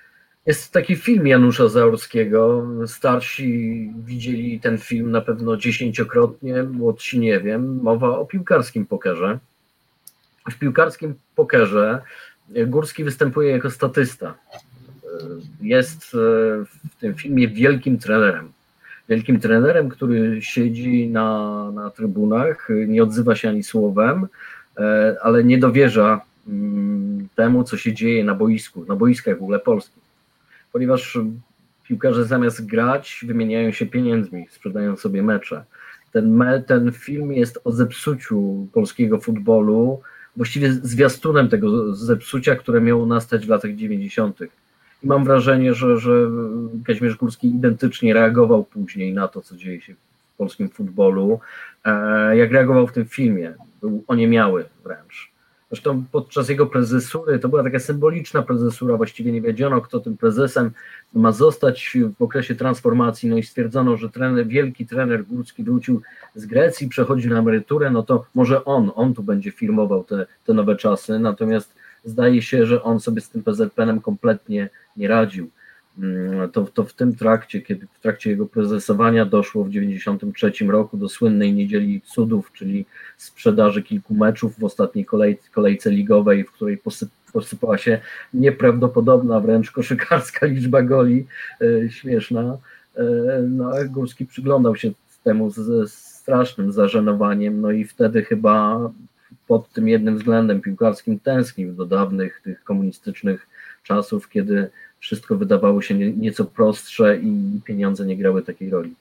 Speaker 3: Jest taki film Janusza Zaorskiego. Starsi widzieli ten film na pewno dziesięciokrotnie, młodsi nie wiem. Mowa o piłkarskim pokerze. W piłkarskim pokerze Górski występuje jako statysta. Jest w tym filmie wielkim trenerem. Wielkim trenerem, który siedzi na trybunach, nie odzywa się ani słowem, ale nie dowierza temu, co się dzieje na boisku, na boiskach w ogóle polskich. Ponieważ piłkarze zamiast grać, wymieniają się pieniędzmi, sprzedają sobie mecze. Ten film jest o zepsuciu polskiego futbolu, właściwie zwiastunem tego zepsucia, które miało nastać w latach 90. I mam wrażenie, że Kazimierz Górski identycznie reagował później na to, co dzieje się w polskim futbolu, jak reagował w tym filmie. Był oniemiały wręcz. Zresztą podczas jego prezesury, to była taka symboliczna prezesura, właściwie nie wiedziano, kto tym prezesem ma zostać w okresie transformacji, no i stwierdzono, że wielki trener Górski wrócił z Grecji, przechodzi na emeryturę, no to może on tu będzie firmował te nowe czasy, natomiast zdaje się, że on sobie z tym PZPN-em kompletnie nie radził. To w tym trakcie, kiedy w trakcie jego prezesowania doszło w 1993 roku do słynnej Niedzieli Cudów, czyli sprzedaży kilku meczów w ostatniej kolejce ligowej, w której posypała się nieprawdopodobna wręcz koszykarska liczba goli, śmieszna. No, a Górski przyglądał się temu ze strasznym zażenowaniem, no i wtedy chyba pod tym jednym względem piłkarskim tęsknił do dawnych tych komunistycznych czasów, kiedy wszystko wydawało się nieco prostsze i pieniądze nie grały takiej roli.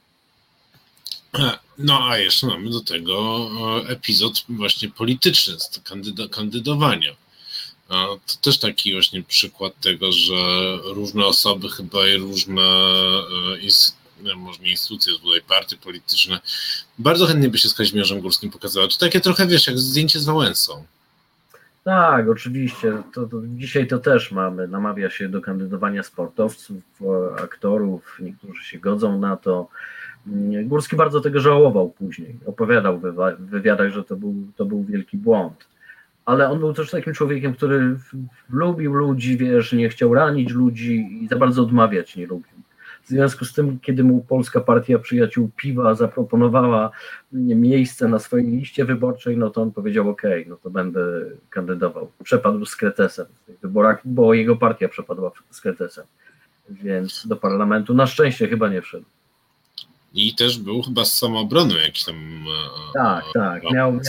Speaker 2: No a jeszcze mamy do tego epizod właśnie polityczny, kandydowania. To też taki właśnie przykład tego, że różne osoby chyba i różne może nie instytucje, tutaj partie polityczne bardzo chętnie by się z Kazimierzem Górskim pokazały. To takie trochę, wiesz, jak zdjęcie z Wałęsą.
Speaker 3: Tak, oczywiście. Dzisiaj to też mamy. Namawia się do kandydowania sportowców, aktorów, niektórzy się godzą na to. Górski bardzo tego żałował później. Opowiadał w wywiadach, że to był wielki błąd. Ale on był też takim człowiekiem, który lubił ludzi, wiesz, nie chciał ranić ludzi i za bardzo odmawiać nie lubił. W związku z tym, kiedy mu Polska Partia Przyjaciół Piwa zaproponowała miejsce na swojej liście wyborczej, no to on powiedział okej, no to będę kandydował. Przepadł z Kretesem w tych wyborach, bo jego partia przepadła z Kretesem, więc do parlamentu na szczęście chyba nie wszedł.
Speaker 2: I też był chyba z Samoobrony jakiś tam...
Speaker 3: Tak.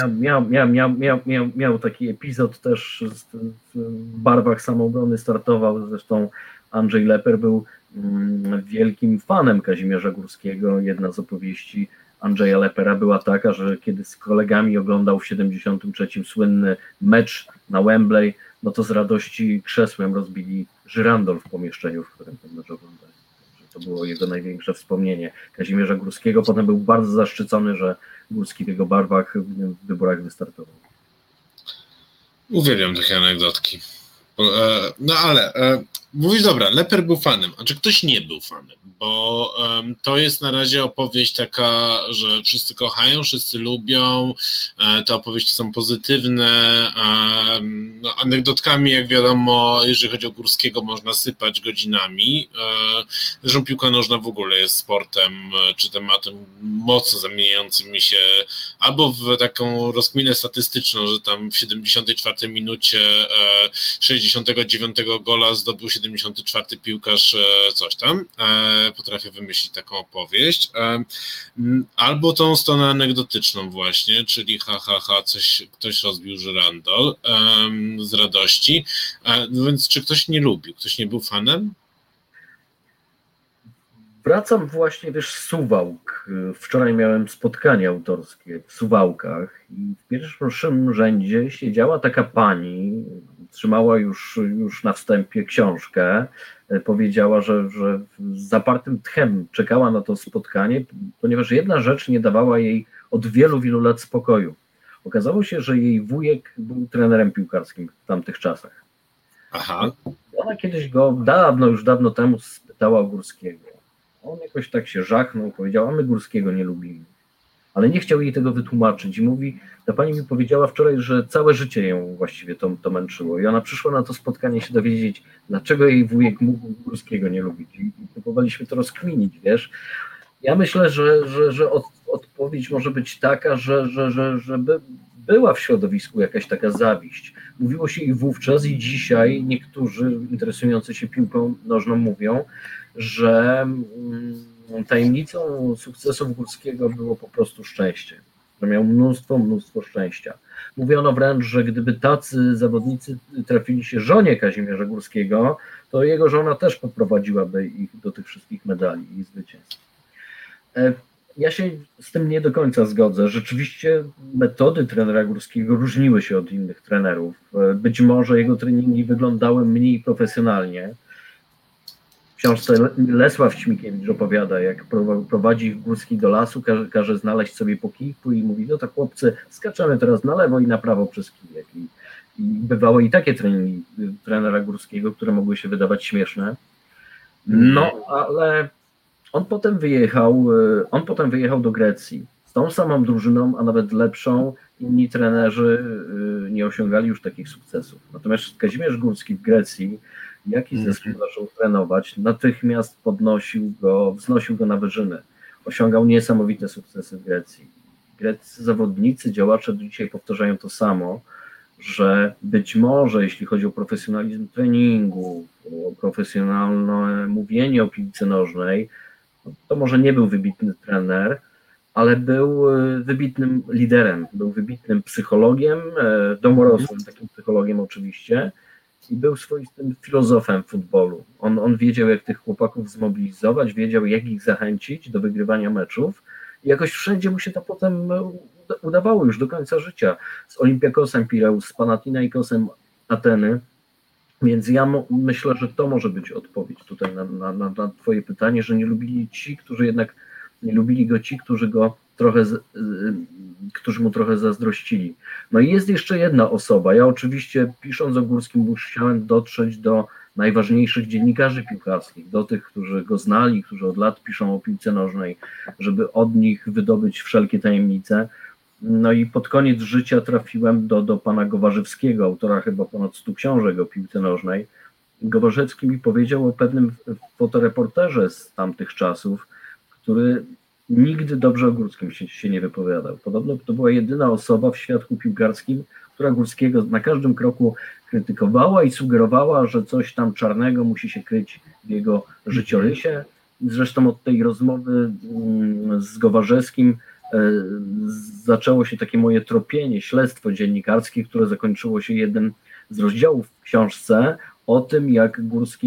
Speaker 3: Miał taki epizod też w barwach Samoobrony startował, zresztą Andrzej Leper był wielkim fanem Kazimierza Górskiego. Jedna z opowieści Andrzeja Lepera była taka, że kiedy z kolegami oglądał w 1973 słynny mecz na Wembley, no to z radości krzesłem rozbili żyrandol w pomieszczeniu, w którym ten mecz oglądali. To było jego największe wspomnienie Kazimierza Górskiego. Potem był bardzo zaszczycony, że Górski w jego barwach w wyborach wystartował.
Speaker 2: Uwielbiam takie anegdotki. No ale mówisz, dobra, Leper był fanem, a czy ktoś nie był fanem? Bo to jest na razie opowieść taka, że wszyscy kochają, wszyscy lubią, te opowieści są pozytywne, no, anegdotkami, jak wiadomo, jeżeli chodzi o Górskiego, można sypać godzinami. Zresztą piłka nożna w ogóle jest sportem, czy tematem mocno zamieniającym mi się albo w taką rozkminę statystyczną, że tam w 74 minucie 69 gola zdobył 74 piłkarz coś tam. Potrafię wymyślić taką opowieść. Albo tą stronę anegdotyczną właśnie, czyli ktoś rozbił żyrandol z radości. No więc czy ktoś nie lubił? Ktoś nie był fanem?
Speaker 3: Wracam właśnie, wiesz, z Suwałk. Wczoraj miałem spotkanie autorskie w Suwałkach i w pierwszym rzędzie siedziała taka pani, trzymała już na wstępie książkę, powiedziała, że z zapartym tchem czekała na to spotkanie, ponieważ jedna rzecz nie dawała jej od wielu lat spokoju. Okazało się, że jej wujek był trenerem piłkarskim w tamtych czasach.
Speaker 2: Aha.
Speaker 3: Ona kiedyś go dawno temu spytała o Górskiego. On jakoś tak się żachnął, powiedział, a my Górskiego nie lubimy. ale nie chciał jej tego wytłumaczyć i mówi, ta pani mi powiedziała wczoraj, że całe życie ją właściwie to męczyło i ona przyszła na to spotkanie się dowiedzieć, dlaczego jej wujek mógł Górskiego nie lubić i próbowaliśmy to rozkminić, wiesz. Ja myślę, że odpowiedź może być taka, żeby była w środowisku jakaś taka zawiść. Mówiło się i wówczas, i dzisiaj niektórzy interesujący się piłką nożną mówią, że tajemnicą sukcesów Górskiego było po prostu szczęście, że miał mnóstwo szczęścia. Mówiono wręcz, że gdyby tacy zawodnicy trafili się żonie Kazimierza Górskiego, to jego żona też poprowadziłaby ich do tych wszystkich medali i zwycięstw. Ja się z tym nie do końca zgodzę. Rzeczywiście metody trenera Górskiego różniły się od innych trenerów. Być może jego treningi wyglądały mniej profesjonalnie. W książce Lesław Ćmikiewicz opowiada, jak prowadzi Górski do lasu, każe znaleźć sobie po kijku i mówi, no to chłopcy, skaczemy teraz na lewo i na prawo przez kijek. I bywały i takie treningi trenera Górskiego, które mogły się wydawać śmieszne. No, ale on potem wyjechał do Grecji z tą samą drużyną, a nawet lepszą. Inni trenerzy nie osiągali już takich sukcesów. Natomiast Kazimierz Górski w Grecji, jaki zespół zaczął trenować, natychmiast wznosił go na wyżyny. Osiągał niesamowite sukcesy w Grecji. Greccy zawodnicy, działacze do dzisiaj powtarzają to samo, że być może jeśli chodzi o profesjonalizm treningu, o profesjonalne mówienie o piłce nożnej, to może nie był wybitny trener, ale był wybitnym liderem, był wybitnym psychologiem, domorosłym takim psychologiem oczywiście i był swoistym filozofem futbolu. On wiedział, jak tych chłopaków zmobilizować, wiedział, jak ich zachęcić do wygrywania meczów i jakoś wszędzie mu się to potem udawało już do końca życia. Z Olympiakosem Pireus, z Panathinaikosem Ateny. Więc ja myślę, że to może być odpowiedź tutaj na twoje pytanie, że nie lubili go ci, którzy mu trochę zazdrościli. No i jest jeszcze jedna osoba. Ja oczywiście pisząc o Górskim musiałem dotrzeć do najważniejszych dziennikarzy piłkarskich, do tych, którzy go znali, którzy od lat piszą o piłce nożnej, żeby od nich wydobyć wszelkie tajemnice. No i pod koniec życia trafiłem do pana Gowarzewskiego, autora chyba ponad 100 książek o piłce nożnej. Gowarzewski mi powiedział o pewnym fotoreporterze z tamtych czasów, który nigdy dobrze o Górskim się nie wypowiadał. Podobno to była jedyna osoba w świadku piłkarskim, która Górskiego na każdym kroku krytykowała i sugerowała, że coś tam czarnego musi się kryć w jego życiorysie. Zresztą od tej rozmowy z Gowarzewskim zaczęło się takie moje tropienie, śledztwo dziennikarskie, które zakończyło się jednym z rozdziałów w książce o tym, jak Górski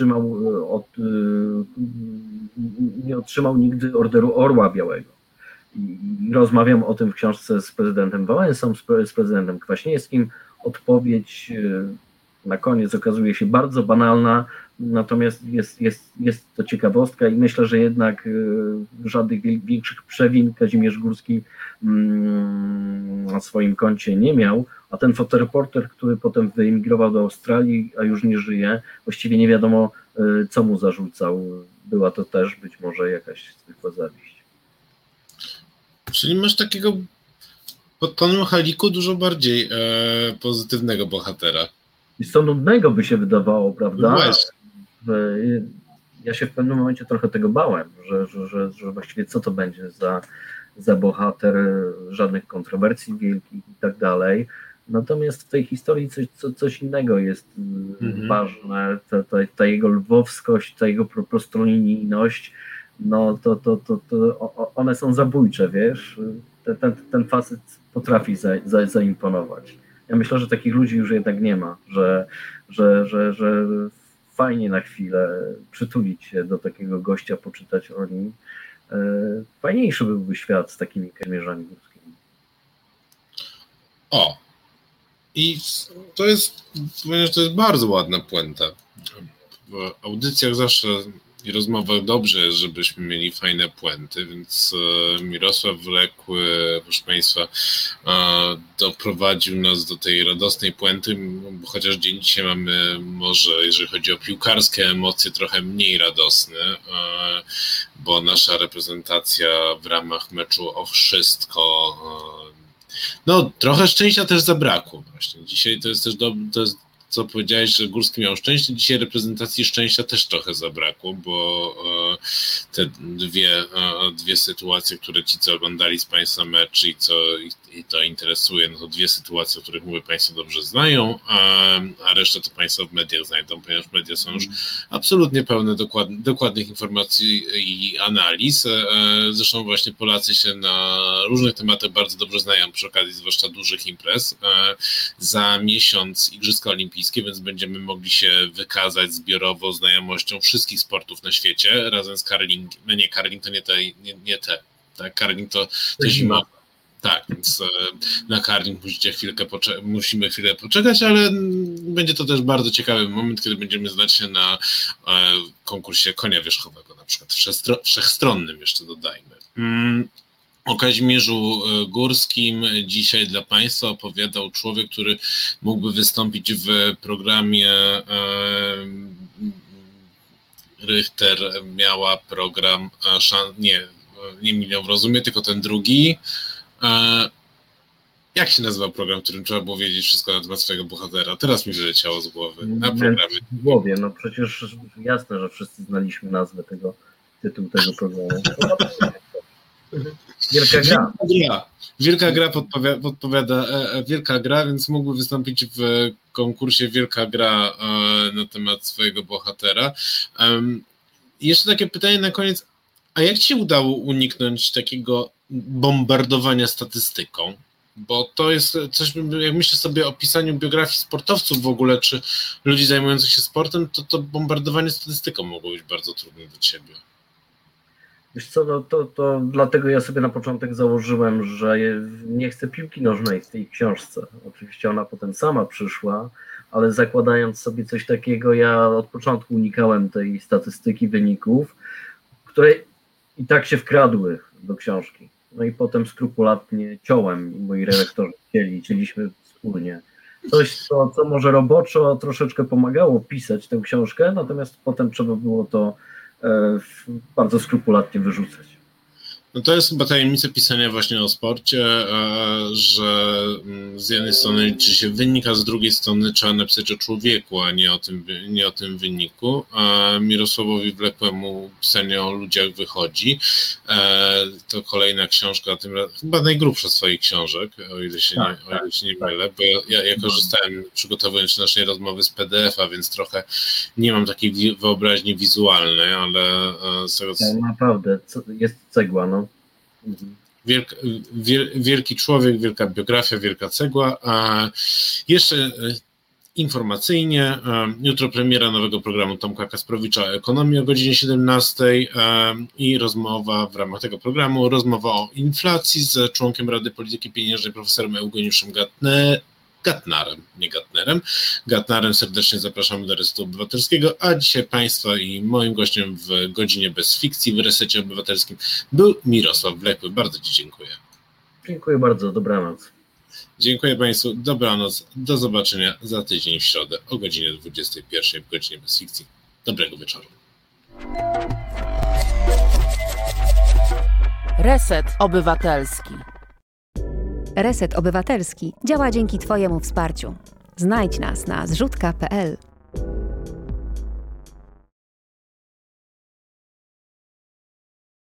Speaker 3: nie otrzymał nigdy Orderu Orła Białego. I rozmawiam o tym w książce z prezydentem Wałęsą, z prezydentem Kwaśniewskim. Odpowiedź na koniec okazuje się bardzo banalna, natomiast jest to ciekawostka i myślę, że jednak żadnych większych przewin Kazimierz Górski na swoim koncie nie miał, a ten fotoreporter, który potem wyemigrował do Australii, a już nie żyje, właściwie nie wiadomo, co mu zarzucał. Była to też być może jakaś zwykła zawiść.
Speaker 2: Czyli masz takiego pod tonem Haliku dużo bardziej pozytywnego bohatera.
Speaker 3: I co nudnego by się wydawało, prawda?
Speaker 2: No
Speaker 3: ja się w pewnym momencie trochę tego bałem, że właściwie co to będzie za bohater, żadnych kontrowersji wielkich i tak dalej. Natomiast w tej historii coś innego jest ważne, ta jego lwowskość, ta jego prostolinijność, no to one są zabójcze, wiesz, ten facet potrafi zaimponować. Ja myślę, że takich ludzi już jednak nie ma, że fajnie na chwilę przytulić się do takiego gościa, poczytać o nim. Fajniejszy byłby świat z takimi Kazimierzami Górskimi.
Speaker 2: O! I to jest bardzo ładna puenta. W audycjach zawsze i rozmowach dobrze jest, żebyśmy mieli fajne puenty, więc Mirosław Wlekły, proszę Państwa, doprowadził nas do tej radosnej puenty, bo chociaż dzień dzisiaj mamy może, jeżeli chodzi o piłkarskie emocje, trochę mniej radosne, bo nasza reprezentacja w ramach meczu o wszystko, no trochę szczęścia też zabrakło właśnie. Dzisiaj to jest też co powiedziałeś, że Górski miał szczęście, dzisiaj reprezentacji szczęścia też trochę zabrakło, bo te dwie sytuacje, które ci, co oglądali z Państwa mecz i to interesuje, no to dwie sytuacje, o których mówię, Państwo dobrze znają, a resztę to Państwo w mediach znajdą, ponieważ media są już absolutnie pełne dokładnych informacji i analiz. Zresztą właśnie Polacy się na różnych tematach bardzo dobrze znają, przy okazji zwłaszcza dużych imprez. Za miesiąc Igrzyska Olimpijskie, więc będziemy mogli się wykazać zbiorowo znajomością wszystkich sportów na świecie, razem z curling. No nie, curling to nie te. Tak? Curling to zima. Tak, więc na curling musimy chwilę poczekać, ale będzie to też bardzo ciekawy moment, kiedy będziemy znać się na konkursie konia wierzchowego, na przykład wszechstronnym jeszcze dodajmy. O Kazimierzu Górskim dzisiaj dla Państwa opowiadał człowiek, który mógłby wystąpić w programie Richter miała program, nie Milion w rozumie, tylko ten drugi. Jak się nazywał program, w którym trzeba było wiedzieć wszystko na temat swojego bohatera? Teraz mi wyleciało z głowy. Na programie.
Speaker 3: W głowie, no przecież jasne, że wszyscy znaliśmy nazwę tytuł tego programu. Wielka gra.
Speaker 2: Wielka gra podpowiada Wielka gra, więc mógłby wystąpić w konkursie Wielka gra na temat swojego bohatera. Jeszcze takie pytanie na koniec. A jak Ci się udało uniknąć takiego bombardowania statystyką? Bo to jest coś, jak myślę sobie o pisaniu biografii sportowców w ogóle, czy ludzi zajmujących się sportem, to bombardowanie statystyką mogło być bardzo trudne dla Ciebie.
Speaker 3: Wiesz co, no to dlatego ja sobie na początek założyłem, że nie chcę piłki nożnej w tej książce. Oczywiście ona potem sama przyszła, ale zakładając sobie coś takiego, ja od początku unikałem tej statystyki wyników, które i tak się wkradły do książki. No i potem skrupulatnie ciąłem i moi redaktorzy cięliśmy wspólnie. Coś, co może roboczo troszeczkę pomagało pisać tę książkę, natomiast potem trzeba było to bardzo skrupulatnie wyrzucać.
Speaker 2: No to jest chyba tajemnica pisania właśnie o sporcie, że z jednej strony liczy się wynik, a z drugiej strony trzeba napisać o człowieku, a nie o tym wyniku. Mirosławowi Wlekłemu pisanie o ludziach wychodzi. To kolejna książka, chyba najgrubsza z swoich książek, o ile się nie mylę, bo ja korzystałem, przygotowując się naszej rozmowy z PDF-a, więc trochę nie mam takiej wyobraźni wizualnej, ale z tego co...
Speaker 3: Naprawdę, jest cegła, no.
Speaker 2: Wielki człowiek, wielka biografia, wielka cegła. A jeszcze informacyjnie, jutro premiera nowego programu Tomka Kasprowicza o ekonomii o godzinie 17 i rozmowa w ramach tego programu, rozmowa o inflacji z członkiem Rady Polityki Pieniężnej profesorem Eugeniuszem Gatnarem. Serdecznie zapraszamy do Resetu Obywatelskiego, a dzisiaj Państwa i moim gościem w Godzinie Bez Fikcji w Resecie Obywatelskim był Mirosław Wlekły. Bardzo Ci dziękuję.
Speaker 3: Dziękuję bardzo, dobranoc.
Speaker 2: Dziękuję Państwu, dobranoc, do zobaczenia za tydzień w środę o godzinie 21 w Godzinie Bez Fikcji. Dobrego wieczoru.
Speaker 1: Reset Obywatelski.
Speaker 4: Reset Obywatelski działa dzięki Twojemu wsparciu. Znajdź nas na zrzutka.pl.